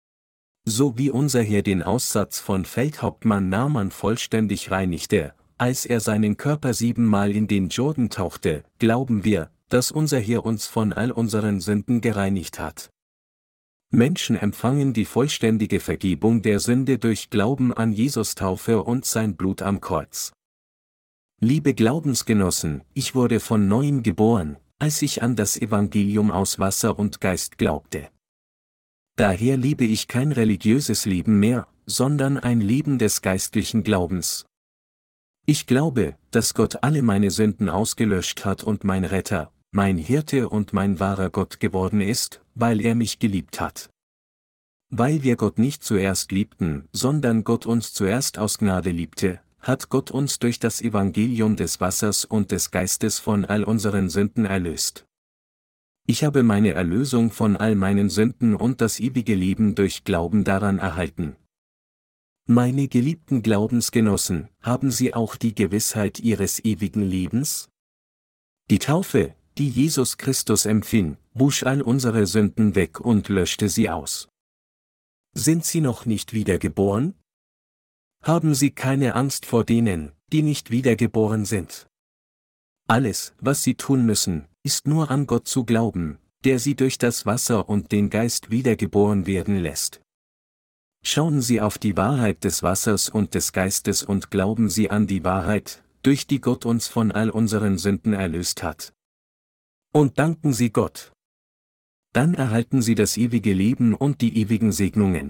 So wie unser Herr den Aussatz von Feldhauptmann Naaman vollständig reinigte, als er seinen Körper siebenmal in den Jordan tauchte, glauben wir, dass unser Herr uns von all unseren Sünden gereinigt hat. Menschen empfangen die vollständige Vergebung der Sünde durch Glauben an Jesus Taufe und sein Blut am Kreuz. Liebe Glaubensgenossen, ich wurde von neuem geboren, als ich an das Evangelium aus Wasser und Geist glaubte. Daher lebe ich kein religiöses Leben mehr, sondern ein Leben des geistlichen Glaubens. Ich glaube, dass Gott alle meine Sünden ausgelöscht hat und mein Retter, mein Hirte und mein wahrer Gott geworden ist, weil er mich geliebt hat. Weil wir Gott nicht zuerst liebten, sondern Gott uns zuerst aus Gnade liebte, hat Gott uns durch das Evangelium des Wassers und des Geistes von all unseren Sünden erlöst. Ich habe meine Erlösung von all meinen Sünden und das ewige Leben durch Glauben daran erhalten. Meine geliebten Glaubensgenossen, haben Sie auch die Gewissheit Ihres ewigen Lebens? Die Taufe, die Jesus Christus empfing, wusch all unsere Sünden weg und löschte sie aus. Sind Sie noch nicht wiedergeboren? Haben Sie keine Angst vor denen, die nicht wiedergeboren sind. Alles, was Sie tun müssen, ist nur an Gott zu glauben, der Sie durch das Wasser und den Geist wiedergeboren werden lässt. Schauen Sie auf die Wahrheit des Wassers und des Geistes und glauben Sie an die Wahrheit, durch die Gott uns von all unseren Sünden erlöst hat. Und danken Sie Gott. Dann erhalten Sie das ewige Leben und die ewigen Segnungen.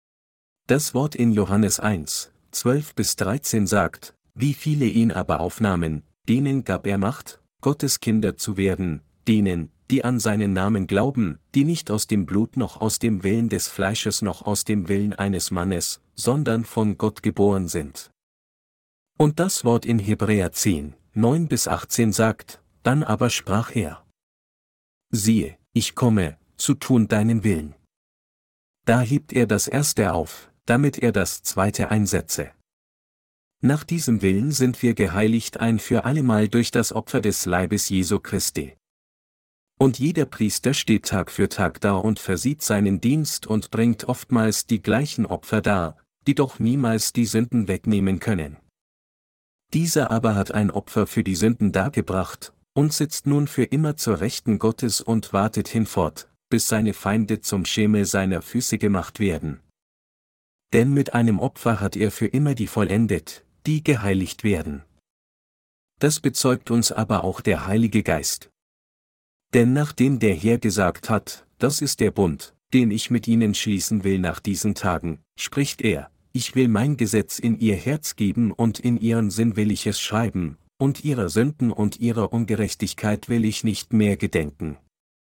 Das Wort in Johannes eins, zwölf bis dreizehn sagt, wie viele ihn aber aufnahmen, denen gab er Macht, Gottes Kinder zu werden, denen, die an seinen Namen glauben, die nicht aus dem Blut noch aus dem Willen des Fleisches noch aus dem Willen eines Mannes, sondern von Gott geboren sind. Und das Wort in Hebräer zehn, neun bis achtzehn sagt, dann aber sprach er: Siehe, ich komme, zu tun deinen Willen. Da hebt er das Erste auf, damit er das Zweite einsetze. Nach diesem Willen sind wir geheiligt ein für allemal durch das Opfer des Leibes Jesu Christi. Und jeder Priester steht Tag für Tag da und versieht seinen Dienst und bringt oftmals die gleichen Opfer dar, die doch niemals die Sünden wegnehmen können. Dieser aber hat ein Opfer für die Sünden dargebracht, und sitzt nun für immer zur Rechten Gottes und wartet hinfort, bis seine Feinde zum Schemel seiner Füße gemacht werden. Denn mit einem Opfer hat er für immer die vollendet, die geheiligt werden. Das bezeugt uns aber auch der Heilige Geist. Denn nachdem der Herr gesagt hat, das ist der Bund, den ich mit ihnen schließen will nach diesen Tagen, spricht er, ich will mein Gesetz in ihr Herz geben und in ihren Sinn will ich es schreiben, und ihrer Sünden und ihrer Ungerechtigkeit will ich nicht mehr gedenken.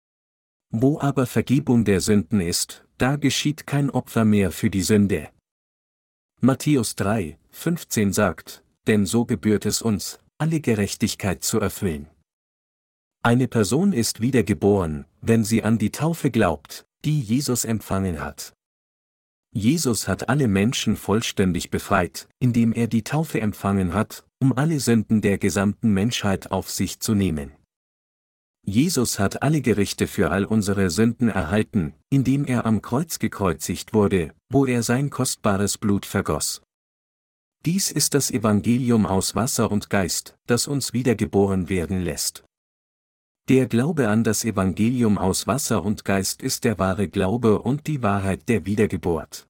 Wo aber Vergebung der Sünden ist, da geschieht kein Opfer mehr für die Sünde. Matthäus drei, fünfzehn sagt, denn so gebührt es uns, alle Gerechtigkeit zu erfüllen. Eine Person ist wiedergeboren, wenn sie an die Taufe glaubt, die Jesus empfangen hat. Jesus hat alle Menschen vollständig befreit, indem er die Taufe empfangen hat, um alle Sünden der gesamten Menschheit auf sich zu nehmen. Jesus hat alle Gerichte für all unsere Sünden erhalten, indem er am Kreuz gekreuzigt wurde, wo er sein kostbares Blut vergoss. Dies ist das Evangelium aus Wasser und Geist, das uns wiedergeboren werden lässt. Der Glaube an das Evangelium aus Wasser und Geist ist der wahre Glaube und die Wahrheit der Wiedergeburt.